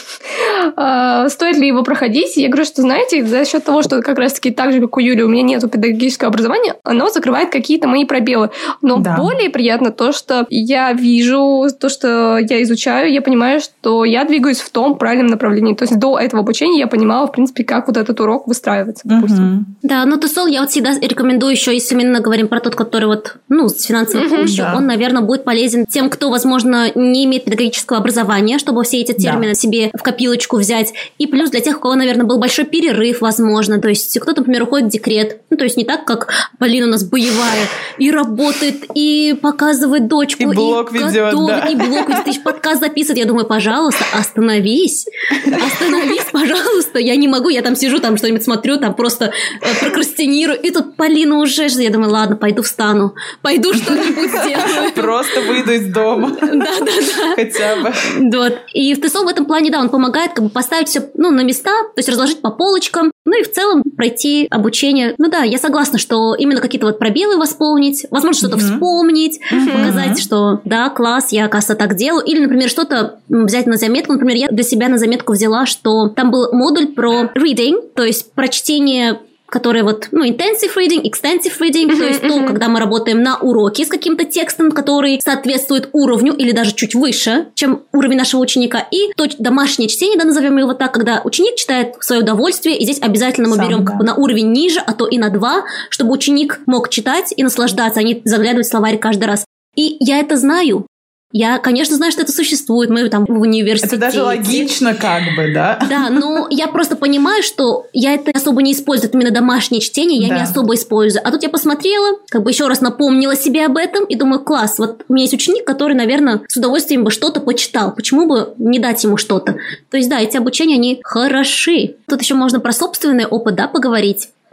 стоит ли его проходить. И я говорю, что, знаете, за счет того, что как раз-таки так же, как у Юли, у меня нет педагогического образования, оно закрывает какие-то мои пробелы. Но да. более приятно то, что я вижу, то, что я изучаю, я понимаю, что я двигаюсь в том правильном направлении. То есть до этого обучения я понимала, в принципе, как вот этот урок выстраивается. Допустим. Uh-huh. Да, но ТЭСОЛ я вот всегда рекомендую еще, если именно говорим про тот, который вот, ну, с финансовой uh-huh, помощью, да. он, наверное, будет полезен тем, кто, возможно, не имеет педагогического образования, чтобы все эти термины да. себе в копилочку взять. И плюс для тех, у кого, наверное, был большой перерыв, возможно. То есть кто-то, например, уходит в декрет. Ну, то есть не так, как Полина у нас боевая, и работает, и показывает дочку, и блог и ведет, готовит, да. и блог ведет, и подкаст записывает. Я думаю, пожалуйста, остановись. Остановись, пожалуйста. Я не могу, я там сижу, там что-нибудь смотрю, там просто прокрастинирую. И тут Полина уже... Я думаю, ладно, пойду встану. Пойду что-нибудь сделаю. Просто выйду из дома. Да-да-да. Хотя бы. Вот. И в ТЭСОЛ в этом плане, да, он помогает как бы поставить все ну, на места, то есть разложить по полочкам, ну и в целом пройти обучение. Ну да, я согласна, что именно какие-то вот пробелы восполнить, возможно, что-то mm-hmm. вспомнить, mm-hmm. показать, что да, класс, я, оказывается, так делаю. Или, например, что-то взять на заметку. Например, я для себя на заметку взяла, что там был модуль про reading, то есть про чтение, которые вот, ну, intensive reading, extensive reading, uh-huh, то есть uh-huh. то, когда мы работаем на уроке с каким-то текстом, который соответствует уровню или даже чуть выше, чем уровень нашего ученика, и то домашнее чтение, да, назовем его так, когда ученик читает в свое удовольствие, и здесь обязательно мы Сам, берем да. как бы на уровень ниже, а то и на два, чтобы ученик мог читать и наслаждаться, а не заглядывать в словарь каждый раз. И я это знаю. Я, конечно, знаю, что это существует, мы там в университете. Это даже логично как бы, да? Да, но я просто понимаю, что я это особо не использую, это именно домашнее чтение, я да. не особо использую. А тут я посмотрела, как бы еще раз напомнила себе об этом и думаю, класс, вот у меня есть ученик, который, наверное, с удовольствием бы что-то почитал, почему бы не дать ему что-то? То есть, да, эти обучения, они хороши. Тут еще можно про собственный опыт, да, поговорить.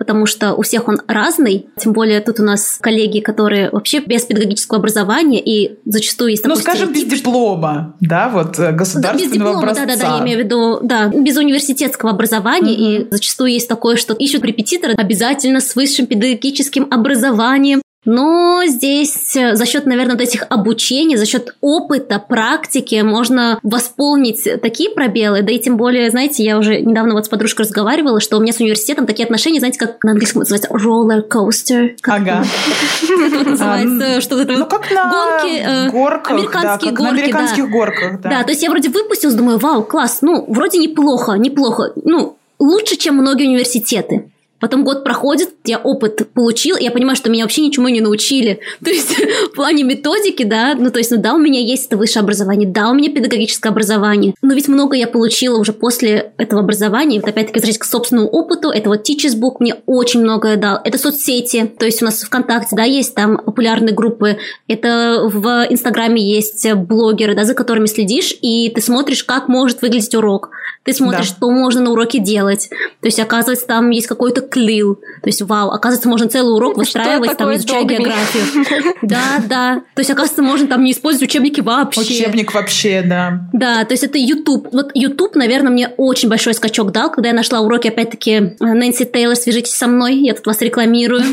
потому что у всех он разный. Тем более тут у нас коллеги, которые вообще без педагогического образования, и зачастую есть такой Ну, скажем, стереотип, без диплома, да, вот государственного без диплома, образца. Да-да-да, я имею в виду, да, без университетского образования, mm-hmm. и зачастую есть такое, что ищут репетитора обязательно с высшим педагогическим образованием. Но здесь за счет, наверное, вот этих обучений, за счет опыта, практики можно восполнить такие пробелы. Да и тем более, знаете, я уже недавно вот с подружкой разговаривала, что у меня с университетом такие отношения, знаете, как на английском называется roller coaster. Ага. Называется что-то там. Ну, как на горках. Американские горки, на американских горках, да. Да, то есть я вроде выпустилась, думаю, вау, класс, ну, вроде неплохо, неплохо. Ну, лучше, чем многие университеты. Потом год проходит, я опыт получил, и я понимаю, что меня вообще ничему не научили. То есть в плане методики, да, ну то есть, ну да, у меня есть это высшее образование, да, у меня педагогическое образование, но ведь много я получила уже после этого образования. И вот опять-таки, возвращаясь к собственному опыту, это вот Teachers Book мне очень многое дал. Это соцсети, то есть у нас ВКонтакте, да, есть там популярные группы, это в Инстаграме есть блогеры, да, за которыми следишь, и ты смотришь, как может выглядеть урок. Ты смотришь, да. что можно на уроке делать. То есть, оказывается, там есть какой-то клил. То есть, вау, оказывается, можно целый урок выстраивать, там, изучая географию. Да, да. То есть, оказывается, можно там не использовать учебники вообще. Учебник вообще, да. Да, то есть, это YouTube. Вот YouTube, наверное, мне очень большой скачок дал, когда я нашла уроки, опять-таки, Нэнси Тейлор, свяжитесь со мной, я тут вас рекламирую.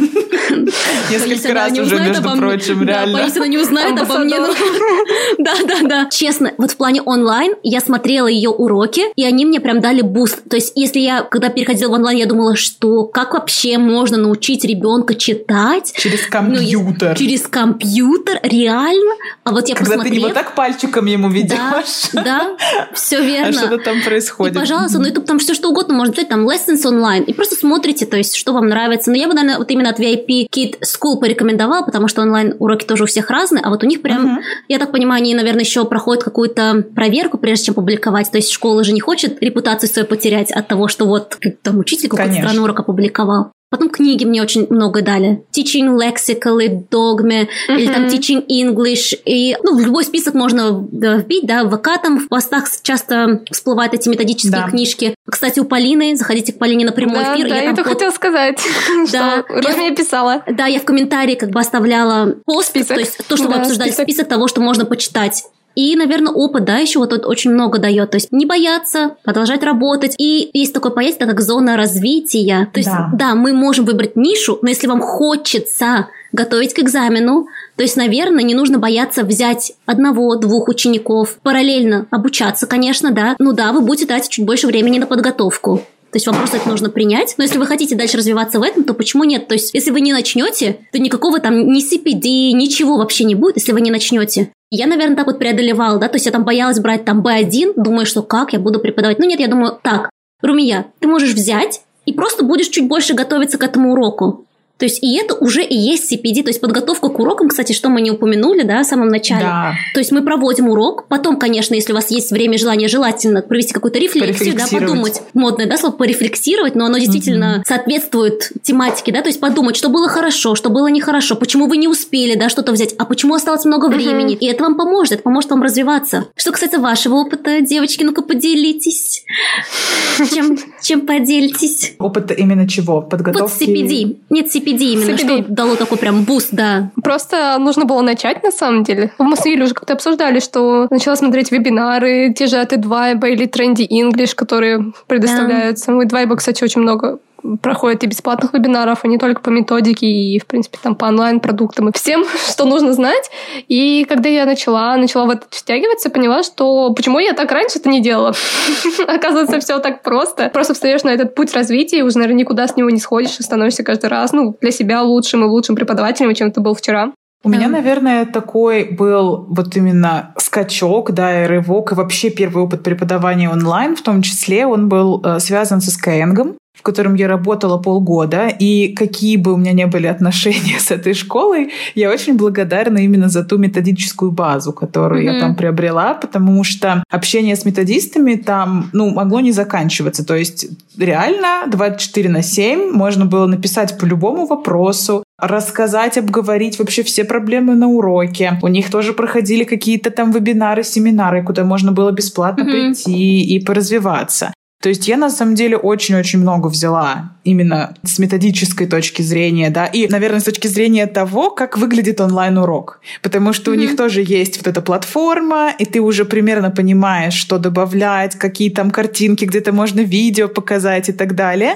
Несколько раз уже, между прочим, реально. Да, если она не узнает обо мне. Да, да, да. Честно, вот в плане онлайн я смотрела ее уроки, и они мне прям дали буст. То есть, если я, когда переходила в онлайн, я думала, что как вообще можно научить ребенка читать? Через компьютер. Ну, через компьютер, реально. А вот я Когда посмотрев... ты не вот так пальчиком ему ведешь. Да, да, все верно. А что-то там происходит. И, пожалуйста, ну YouTube там все что угодно можно взять, там lessons онлайн, и просто смотрите, то есть, что вам нравится. Но я бы, наверное, вот именно от ви ай пи Kid School порекомендовала, потому что онлайн-уроки тоже у всех разные, а вот у них прям, uh-huh. я так понимаю, они, наверное, еще проходят какую-то проверку, прежде чем публиковать. То есть, школа же не хочет репутацию свою потерять от того, что вот там учитель какой-то странный урок опубликовал. Потом книги мне очень много дали. Teaching Lexical, Dogme, uh-huh. или там Teaching English. И, ну, в любой список можно вбить, да, в ВК там в постах часто всплывают эти методические да. книжки. Кстати, у Полины, заходите к Полине на прямой да, эфир. Да, я, я это под... хотела сказать, да, что Роза мне писала. Да, я в комментарии как бы оставляла пост, список. То есть то, что да, вы обсуждали, список. список того, что можно почитать. И, наверное, опыт, да, еще вот очень много дает. То есть не бояться, продолжать работать. И есть такое понятие, как зона развития. То есть, да. да, мы можем выбрать нишу, но если вам хочется готовить к экзамену, то есть, наверное, не нужно бояться взять одного-двух учеников, параллельно обучаться, конечно, да. Ну да, вы будете тратить чуть больше времени на подготовку. То есть вам просто это нужно принять. Но если вы хотите дальше развиваться в этом, то почему нет? То есть если вы не начнете, то никакого там ни си пи ди, ничего вообще не будет, если вы не начнете. Я, наверное, так вот преодолевала, да, то есть я там боялась брать там би один, думаю, что как, я буду преподавать. Ну нет, я думаю, так, Румия, ты можешь взять и просто будешь чуть больше готовиться к этому уроку. То есть и это уже и есть си пи ди, то есть подготовка к урокам, кстати, что мы не упомянули, да, в самом начале. Да. То есть мы проводим урок, потом, конечно, если у вас есть время и желание, желательно провести какую-то рефлексию, да, подумать, модное, да, слово порефлексировать, но оно действительно mm-hmm. соответствует тематике, да, то есть подумать, что было хорошо, что было нехорошо, почему вы не успели, да, что-то взять, а почему осталось много времени, mm-hmm. и это вам поможет, это поможет вам развиваться. Что касается вашего опыта, девочки, ну-ка поделитесь, чем, чем поделитесь? Опыт именно чего? Подготовки? Вот си пи ди, нет, си пи ди именно, си пи ди. Что дало такой прям буст, да. Просто нужно было начать, на самом деле. Мы с Юлей уже как-то обсуждали, что начала смотреть вебинары, те же от Эдвайба или Trendy English, которые предоставляются. У Эдвайба, кстати, очень много проходит и бесплатных вебинаров, и не только по методике, и, в принципе, там по онлайн-продуктам, и всем, что нужно знать. И когда я начала, начала в это втягиваться, поняла, что почему я так раньше-то не делала? Оказывается, все так просто. Просто встаешь на этот путь развития, и уже, наверное, никуда с него не сходишь, и становишься каждый раз, ну, для себя лучшим и лучшим преподавателем, чем ты был вчера. У меня, наверное, такой был вот именно скачок, да, и рывок, и вообще первый опыт преподавания онлайн, в том числе, он был э, связан со Skyeng, в котором я работала полгода, и какие бы у меня ни были отношения с этой школой, я очень благодарна именно за ту методическую базу, которую mm-hmm. я там приобрела, потому что общение с методистами там, ну, могло не заканчиваться. То есть реально двадцать четыре на семь можно было написать по любому вопросу, рассказать, обговорить вообще все проблемы на уроке. У них тоже проходили какие-то там вебинары, семинары, куда можно было бесплатно mm-hmm. прийти и поразвиваться. То есть я, на самом деле, очень-очень много взяла именно с методической точки зрения, да, и, наверное, с точки зрения того, как выглядит онлайн-урок. Потому что mm-hmm. у них тоже есть вот эта платформа, и ты уже примерно понимаешь, что добавлять, какие там картинки, где-то можно видео показать и так далее.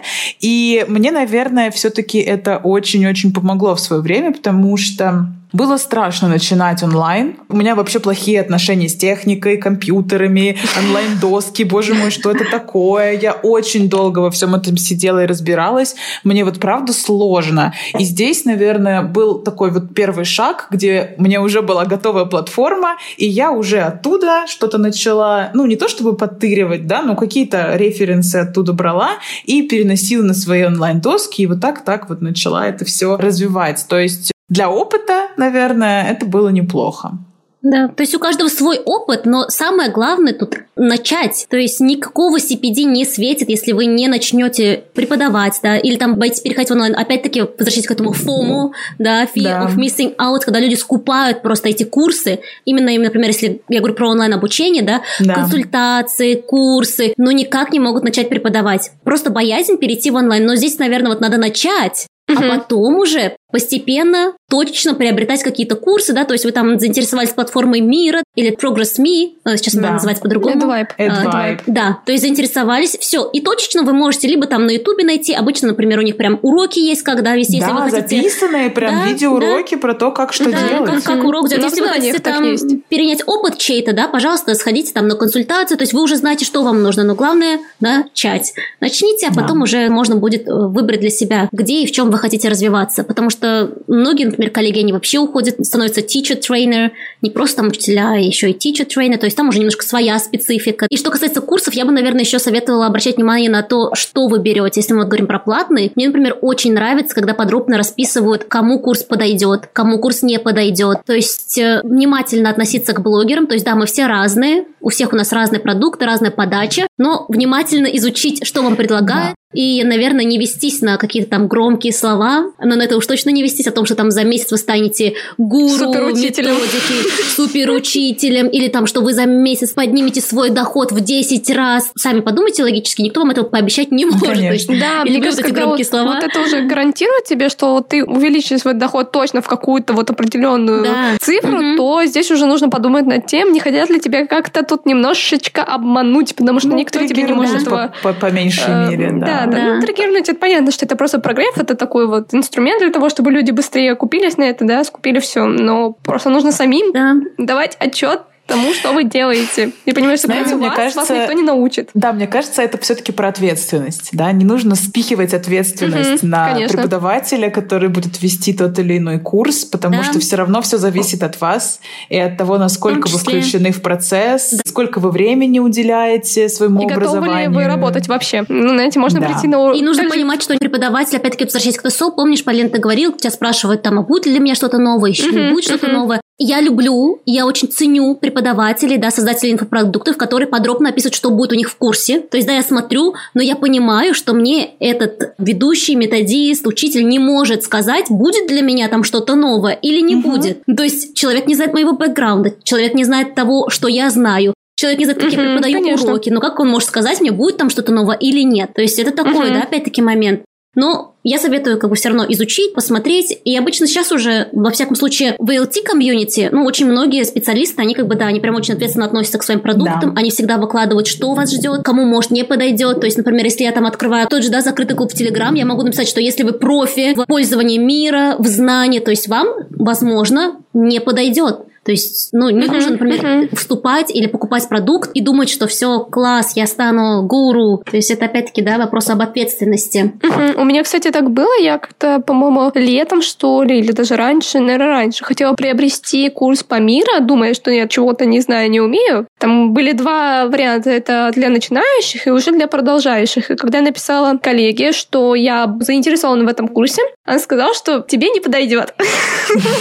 И мне, наверное, все-таки это очень-очень помогло в свое время, потому что было страшно начинать онлайн. У меня вообще плохие отношения с техникой, компьютерами, онлайн-доски. Боже мой, что это такое? Я очень долго во всем этом сидела и разбиралась. Мне вот правда сложно. И здесь, наверное, был такой вот первый шаг, где мне уже была готовая платформа, и я уже оттуда что-то начала, ну, не то чтобы подтыривать, да, но какие-то референсы оттуда брала и переносила на свои онлайн-доски, и вот так-так вот начала это все развивать. То есть для опыта, наверное, это было неплохо. Да, то есть у каждого свой опыт, но самое главное тут начать. То есть никакого си пи ди не светит, если вы не начнете преподавать, да, или там боитесь переходить в онлайн. Опять-таки, возвращаясь к этому фому, да, fear да. of missing out, когда люди скупают просто эти курсы. Именно, именно, например, если я говорю про онлайн-обучение, да, да, консультации, курсы, но никак не могут начать преподавать. Просто боязнь перейти в онлайн. Но здесь, наверное, вот надо начать, а uh-huh. потом уже постепенно, точечно приобретать какие-то курсы, да, то есть вы там заинтересовались платформой Мира или Progress точка ми, сейчас она да. называется по-другому. AdVibe. AdVibe. Да, то есть заинтересовались, все, и точечно вы можете либо там на Ютубе найти, обычно, например, у них прям уроки есть, когда вести, да, если вы хотите... записанные прям да, видеоуроки да. про то, как что да, делать. Как, как урок делать. Если вы хотите там есть. перенять опыт чей-то, да, пожалуйста, сходите там на консультацию, то есть вы уже знаете, что вам нужно, но главное начать. Начните, а потом да. уже можно будет выбрать для себя, где и в чем вы хотите развиваться, потому что многие, например, коллеги, они вообще уходят, становятся teacher-trainer, не просто там учителя, а еще и teacher-trainer, то есть там уже немножко своя специфика. И что касается курсов, я бы, наверное, еще советовала обращать внимание на то, что вы берете. Если мы вот говорим про платные, мне, например, очень нравится, когда подробно расписывают, кому курс подойдет, кому курс не подойдет. То есть э, внимательно относиться к блогерам, то есть да, мы все разные, у всех у нас разные продукты, разная подача, но внимательно изучить, что вам предлагают, да. и, наверное, не вестись на какие-то там громкие слова, но на это уж точно не вестись, о том, что там за месяц вы станете гуру, методики, суперучителем, или там, что вы за месяц поднимете свой доход в десять раз. Сами подумайте логически, никто вам этого пообещать не может. Конечно. То есть, да, или вот эти громкие вот, слова. Вот это уже гарантирует тебе, что ты увеличишь свой доход точно в какую-то вот определенную да. цифру, mm-hmm. то здесь уже нужно подумать над тем, не хотят ли тебя как-то тут немножечко обмануть, потому что ну, никто тебе не может этого... По, по, по меньшей э, мере, да. Да, да. да. Ну, триггернуть, это понятно, что это просто прогрев, это такой вот инструмент для того, чтобы люди быстрее купились на это, да, скупили все. Но просто нужно самим да. давать отчет тому, что вы делаете. И понимаешь, что Знаете, кроме мне вас, кажется, вас никто не научит. Да, мне кажется, это все-таки про ответственность. Да? Не нужно спихивать ответственность mm-hmm, на конечно. преподавателя, который будет вести тот или иной курс, потому да. что все равно все зависит от вас и от того, насколько вы включены в процесс, да. сколько вы времени уделяете своему и образованию. И готовы ли вы работать вообще? Ну, знаете, можно да. прийти на урок. И нужно Дальше... понимать, что преподаватель, опять-таки, возвращаясь к ТСО, помнишь, Полин, ты говорил, тебя спрашивают, там, а будет ли для меня что-то новое, еще mm-hmm, не будет mm-hmm. что-то новое. Я люблю, я очень ценю преподавателей, да, создателей инфопродуктов, которые подробно описывают, что будет у них в курсе. То есть, да, я смотрю, но я понимаю, что мне этот ведущий, методист, учитель не может сказать, будет для меня там что-то новое или не угу. будет. То есть, человек не знает моего бэкграунда, человек не знает того, что я знаю. Человек не знает, как угу, я преподаю конечно. уроки, но как он может сказать мне, будет там что-то новое или нет. То есть, это такой, угу. да, опять-таки момент. Но я советую как бы все равно изучить, посмотреть. И обычно сейчас уже, во всяком случае, в эл эл ти-комьюнити, ну, очень многие специалисты, они как бы, да, они прям очень ответственно относятся к своим продуктам. Да. Они всегда выкладывают, что вас ждет, кому, может, не подойдет. То есть, например, если я там открываю тот же, да, закрытый клуб в Телеграм, я могу написать, что если вы профи в пользовании мира, в знании, то есть вам, возможно, не подойдет. То есть, ну, не uh-huh, нужно, например, uh-huh. вступать или покупать продукт и думать, что все, класс, я стану гуру. То есть, это опять-таки, да, вопрос об ответственности. Uh-huh. У меня, кстати, так было. Я как-то, по-моему, летом, что ли, или даже раньше, наверное, раньше, хотела приобрести курс по миру, думая, что я чего-то не знаю, не умею. Там были два варианта. Это для начинающих и уже для продолжающих. И когда я написала коллеге, что я заинтересована в этом курсе, она сказала, что тебе не подойдет.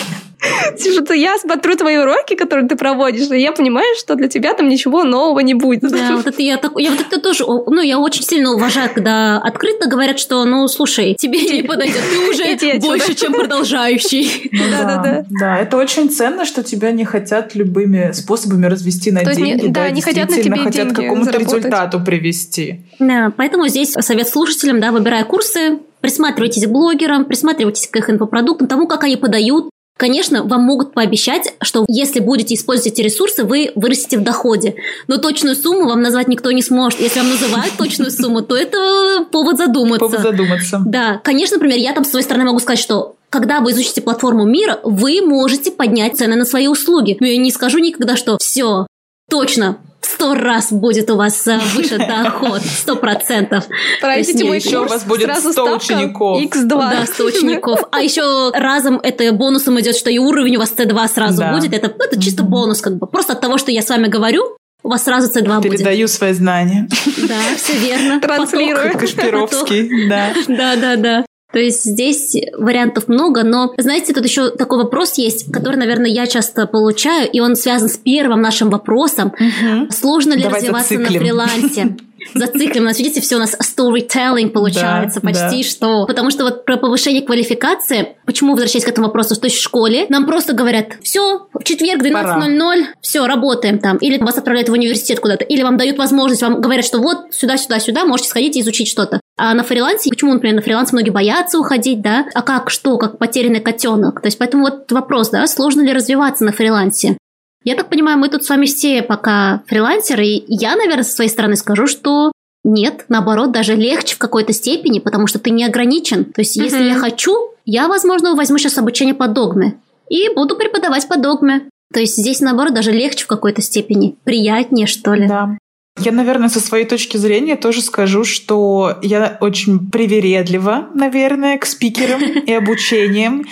Что-то я смотрю твои уроки, которые ты проводишь, и я понимаю, что для тебя там ничего нового не будет. Да, вот это я так, я вот это тоже, ну, я очень сильно уважаю, когда открыто говорят, что, ну, слушай, тебе не подойдет, ты уже больше, чем продолжающий. Да, да, это очень ценно, что тебя не хотят любыми способами развести на деньги, да, не хотят на тебе хотят к какому-то результату привести. Да, поэтому здесь совет слушателям, да, выбирая курсы, присматривайтесь к блогерам, присматривайтесь к их инфопродуктам, тому, как они подают. Конечно, вам могут пообещать, что если будете использовать эти ресурсы, вы вырастете в доходе. Но точную сумму вам назвать никто не сможет. Если вам называют точную сумму, то это повод задуматься. Повод задуматься. Да, конечно, например, я там с своей стороны могу сказать, что когда вы изучите платформу Мира, вы можете поднять цены на свои услуги. Но я не скажу никогда, что все, точно, сто раз будет у вас выше доход, сто процентов. Пройдите мой курс, у вас будет сто учеников. икс два. Да, сто учеников. А еще разом это бонусом идет, что и уровень у вас си два сразу да. будет. Это, это чисто бонус, как бы. Просто от того, что я с вами говорю, у вас сразу си два будет. Передаю свои знания. Да, все верно. Транслирую. Кашпировский, да. Да, да, да. То есть здесь вариантов много, но, знаете, тут еще такой вопрос есть, который, наверное, я часто получаю, и он связан с первым нашим вопросом. Угу. Сложно ли Давай развиваться зациклим. на фрилансе? Зациклим. У нас, видите, все у нас storytelling получается да, почти да. что. Потому что вот про повышение квалификации, почему, возвращаясь к этому вопросу, то есть в школе нам просто говорят, все, в четверг двенадцать ноль ноль, все, работаем там. Или вас отправляют в университет куда-то, или вам дают возможность, вам говорят, что вот сюда, сюда, сюда, можете сходить и изучить что-то. А на фрилансе, почему, например, на фриланс многие боятся уходить, да? А как, что, как потерянный котенок? То есть поэтому вот вопрос, да, сложно ли развиваться на фрилансе? Я так понимаю, мы тут с вами все пока фрилансеры, и я, наверное, со своей стороны скажу, что нет, наоборот, даже легче в какой-то степени, потому что ты не ограничен. То есть, если mm-hmm. я хочу, я, возможно, возьму сейчас обучение по догме и буду преподавать по догме. То есть, здесь, наоборот, даже легче в какой-то степени, приятнее, что ли. Да. Я, наверное, со своей точки зрения тоже скажу, что я очень привередлива, наверное, к спикерам и обучениям.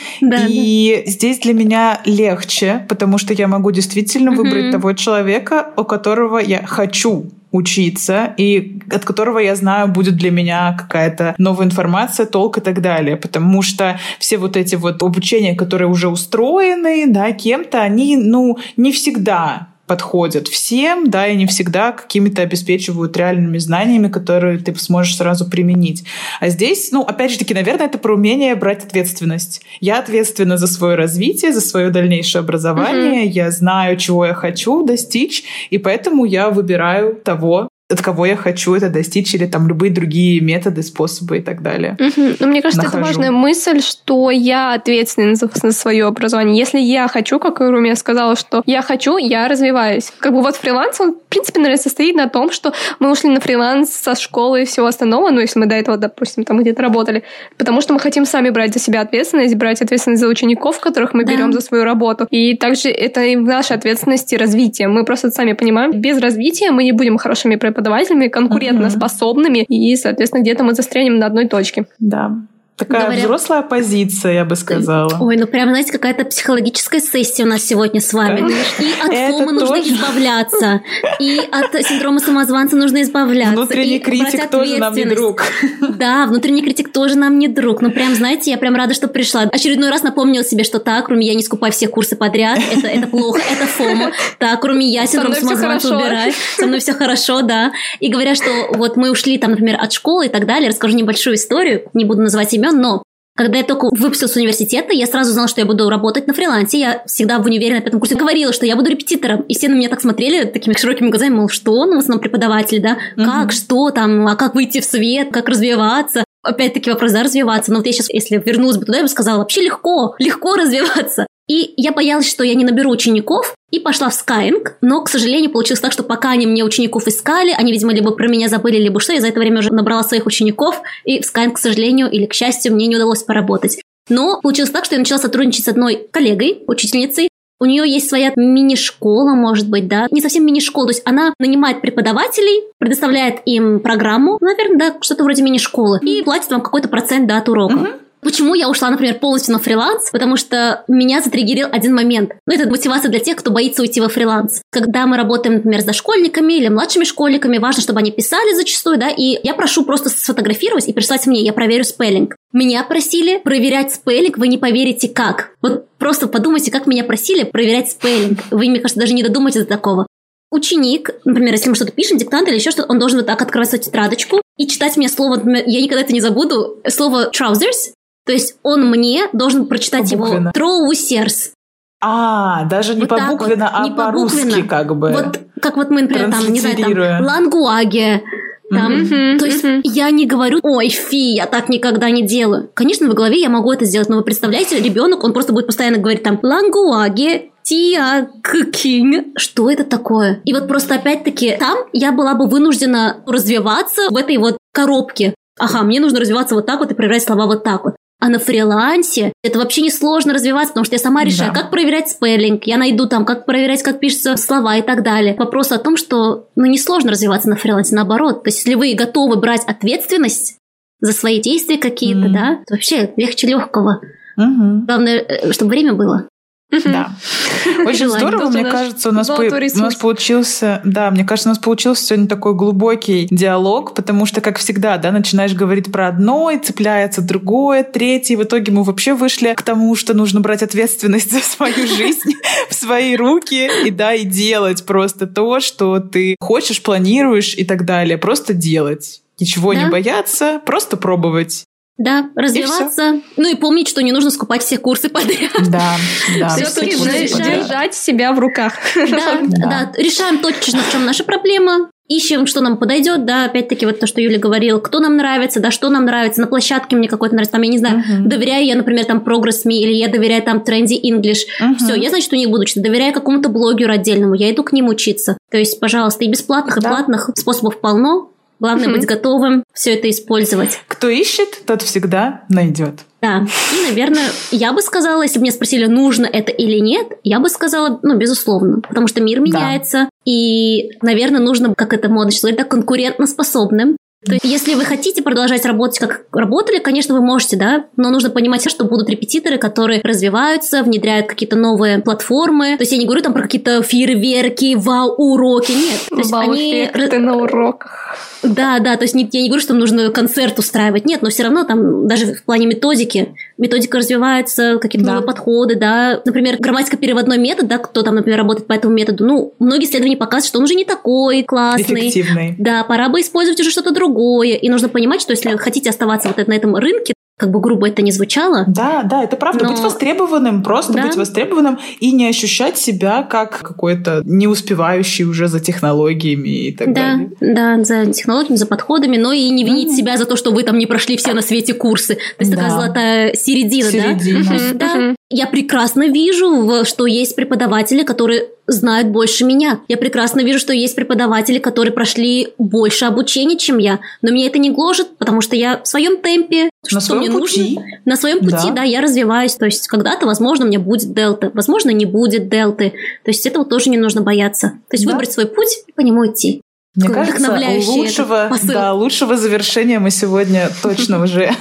И здесь для меня легче, потому что я могу действительно выбрать того человека, у которого я хочу учиться, и от которого я знаю, будет для меня какая-то новая информация, толк и так далее. Потому что все вот эти вот обучения, которые уже устроены, да, кем-то, они, ну, не всегда подходят всем, да, и не всегда какими-то обеспечивают реальными знаниями, которые ты сможешь сразу применить. А здесь, ну, опять же таки, наверное, это про умение брать ответственность. Я ответственна за свое развитие, за свое дальнейшее образование, mm-hmm. я знаю, чего я хочу достичь, и поэтому я выбираю того, от кого я хочу это достичь, или там любые другие методы, способы и так далее. Угу. Но мне кажется, Нахожу. это важная мысль, что я ответственна за, за свое образование. Если я хочу, как Руми сказала, что я хочу, я развиваюсь. Как бы вот фриланс, он, в принципе, наверное, состоит на том, что мы ушли на фриланс со школы и всего остального, ну, если мы до этого, допустим, там где-то работали, потому что мы хотим сами брать за себя ответственность, брать ответственность за учеников, которых мы да. берем за свою работу. И также это и в нашей ответственности развития. Мы просто сами понимаем, без развития мы не будем хорошими преподавателями, преподавателями, конкурентоспособными, uh-huh. и, соответственно, где-то мы застрянем на одной точке. Да. Такая Говоря... взрослая позиция, я бы сказала. Ой, ну прям, знаете, какая-то психологическая сессия у нас сегодня с вами. Конечно. И от Это фома нужно тоже. избавляться, и от синдрома самозванца нужно избавляться. Внутренний и критик тоже нам не друг. Да, внутренний критик тоже нам не друг. Ну прям, знаете, я прям рада, что пришла. Очередной раз напомнила себе, что так, Руми, я не скупай все курсы подряд, это, это плохо, это фома. Так, Руми, я синдром самозванца убираю. Со мной все хорошо, да. И говорят, что вот мы ушли там, например, от школы и так далее, расскажу небольшую историю, не буду называть имен, но когда я только выпустилась с университета, я сразу знала, что я буду работать на фрилансе. Я всегда в универе на пятом курсе говорила, что я буду репетитором. И все на меня так смотрели такими широкими глазами, мол, что? Ну, в основном преподаватели, да? Mm-hmm. Как, что там, а как выйти в свет, как развиваться? Опять-таки вопрос, да, развиваться. Но вот я сейчас, если вернулась бы туда, я бы сказала, вообще легко, легко развиваться. И я боялась, что я не наберу учеников, и пошла в Skyeng, но, к сожалению, получилось так, что пока они мне учеников искали, они, видимо, либо про меня забыли, либо что, я за это время уже набрала своих учеников, и в Skyeng, к сожалению, или к счастью, мне не удалось поработать. Но получилось так, что я начала сотрудничать с одной коллегой, учительницей. У нее есть своя мини-школа, может быть, да, не совсем мини-школа, то есть она нанимает преподавателей, предоставляет им программу, наверное, да, что-то вроде мини-школы, и платит вам какой-то процент, да, от уроков. Mm-hmm. Почему я ушла, например, полностью на фриланс? Потому что меня затриггерил один момент. Ну, это мотивация для тех, кто боится уйти во фриланс. Когда мы работаем, например, с дошкольниками или младшими школьниками, важно, чтобы они писали зачастую, да, и я прошу просто сфотографировать и прислать мне, я проверю спеллинг. Меня просили проверять спеллинг, вы не поверите как. Вот просто подумайте, как меня просили проверять спеллинг. Вы, мне кажется, даже не додумаетесь до такого. Ученик, например, если мы что-то пишем, диктант или еще что-то, он должен вот так открывать свою тетрадочку и читать мне слово, например, я никогда это не забуду, слово trousers. То есть он мне должен прочитать его trousers. А, даже не вот побуквенно, вот, а по-русски как бы. Вот как вот мы, например, там, не знаю, там, лангуаге. Там. Mm-hmm. То есть mm-hmm. я не говорю, ой, фи, я так никогда не делаю. Конечно, в голове я могу это сделать, но вы представляете, ребенок, он просто будет постоянно говорить там лангуаге, тиа, кукинг. Что это такое? И вот просто опять-таки там я была бы вынуждена развиваться в этой вот коробке. Ага, мне нужно развиваться вот так вот и проверять слова вот так вот. А на фрилансе это вообще не сложно развиваться, потому что я сама решаю, да. как проверять спеллинг, я найду там, как проверять, как пишутся слова и так далее. Вопрос о том, что ну, не сложно развиваться на фрилансе, наоборот. То есть если вы готовы брать ответственность за свои действия какие-то, mm. да, то вообще легче легкого. Mm-hmm. Главное, чтобы время было. Да. Очень здорово, мне кажется, у нас, по... у нас получился, да, мне кажется, у нас получился сегодня такой глубокий диалог, потому что, как всегда, да, начинаешь говорить про одно, и цепляется другое, третье, и в итоге мы вообще вышли к тому, что нужно брать ответственность за свою жизнь в свои руки и, да, и делать просто то, что ты хочешь, планируешь и так далее. Просто делать. Ничего не бояться, просто пробовать. Да, развиваться. И ну и помнить, что не нужно скупать все курсы подряд. Да, да. Все-таки держать себя в руках. Да, да, решаем точно, в чем наша проблема. Ищем, что нам подойдет, да, опять-таки вот то, что Юля говорила, кто нам нравится, да, что нам нравится, на площадке мне какой-то нравится, там, я не знаю, uh-huh. доверяю я, например, там, Progress.me, или я доверяю там Trendy English, uh-huh. все, я, значит, у них буду учиться, доверяю какому-то блогеру отдельному, я иду к ним учиться. То есть, пожалуйста, и бесплатных, и да. платных способов полно. Главное mm-hmm. быть готовым все это использовать. Кто ищет, тот всегда найдет. Да. И, наверное, я бы сказала, если бы меня спросили, нужно это или нет, я бы сказала, ну, безусловно. Потому что мир меняется. Да. И, наверное, нужно, как это модно сейчас говорить, да, конкурентоспособным. То есть, если вы хотите продолжать работать, как работали, конечно, вы можете, да, но нужно понимать, что будут репетиторы, которые развиваются, внедряют какие-то новые платформы. То есть, я не говорю там про какие-то фейерверки, вау-уроки, нет. То есть, они... ты на уроках. Да, да, то есть я не говорю, что нужно концерт устраивать, нет, но все равно там даже в плане методики, методика развивается, какие-то да. новые подходы, да. Например, грамматико-переводной метод, да, кто там, например, работает по этому методу, ну, многие исследования показывают, что он уже не такой классный. Эффективный. Да, пора бы использовать уже что-то другое. И нужно понимать, что если вы хотите оставаться вот на этом рынке, как бы грубо это ни звучало. Да, да, это правда. Но... Быть востребованным, просто да. быть востребованным и не ощущать себя как какой-то не успевающий уже за технологиями и так да, далее. Да, за технологиями, за подходами, но и не винить mm-hmm. себя за то, что вы там не прошли все на свете курсы. То есть да. такая золотая середина, середина. да? Mm-hmm. да. Mm-hmm. Я прекрасно вижу, что есть преподаватели, которые знают больше меня. Я прекрасно вижу, что есть преподаватели, которые прошли больше обучения, чем я. Но меня это не гложет, потому что я в своем темпе, на что своем мне пути. нужно. На своем пути, да. да, я развиваюсь. То есть когда-то, возможно, у меня будет дельта, возможно, не будет дельты. То есть этого тоже не нужно бояться. То есть да. выбрать свой путь и по нему идти. Мне кажется, лучшего, да, лучшего завершения мы сегодня точно уже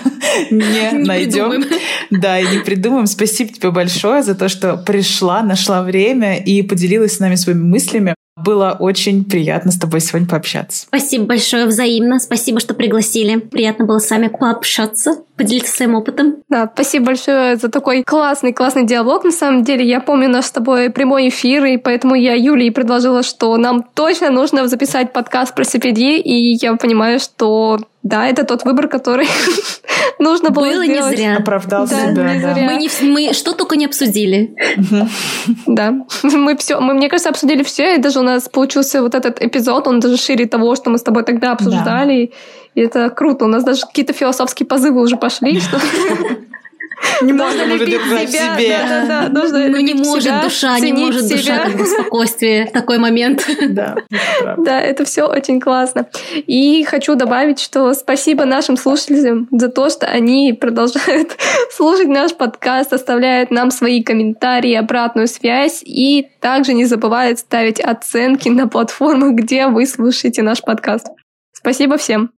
не найдем. Да, и не придумаем. Спасибо тебе большое за то, что пришла, нашла время и поделилась с нами своими мыслями. Было очень приятно с тобой сегодня пообщаться. Спасибо большое, взаимно. Спасибо, что пригласили. Приятно было с вами пообщаться, поделиться своим опытом. Да, спасибо большое за такой классный-классный диалог. На самом деле, я помню наш с тобой прямой эфир, и поэтому я Юлии предложила, что нам точно нужно записать подкаст про си пи ди, и я понимаю, что да, это тот выбор, который нужно было, было сделать. Не зря. Оправдал да, себя, не да. Зря. Мы, не, мы что только не обсудили. Да, мы все, мы, мне кажется, обсудили все, и даже у нас получился вот этот эпизод, он даже шире того, что мы с тобой тогда обсуждали, и это круто. У нас даже какие-то философские позывы уже пошли, что... Не можно уже держать себя, себе. Да, да, да, нужно ну, не может себя, душа, не может себя. душа как бы в спокойствии в такой момент. Да, это да, это все очень классно. И хочу добавить, что спасибо нашим слушателям за то, что они продолжают слушать наш подкаст, оставляют нам свои комментарии, обратную связь, и также не забывают ставить оценки на платформах, где вы слушаете наш подкаст. Спасибо всем.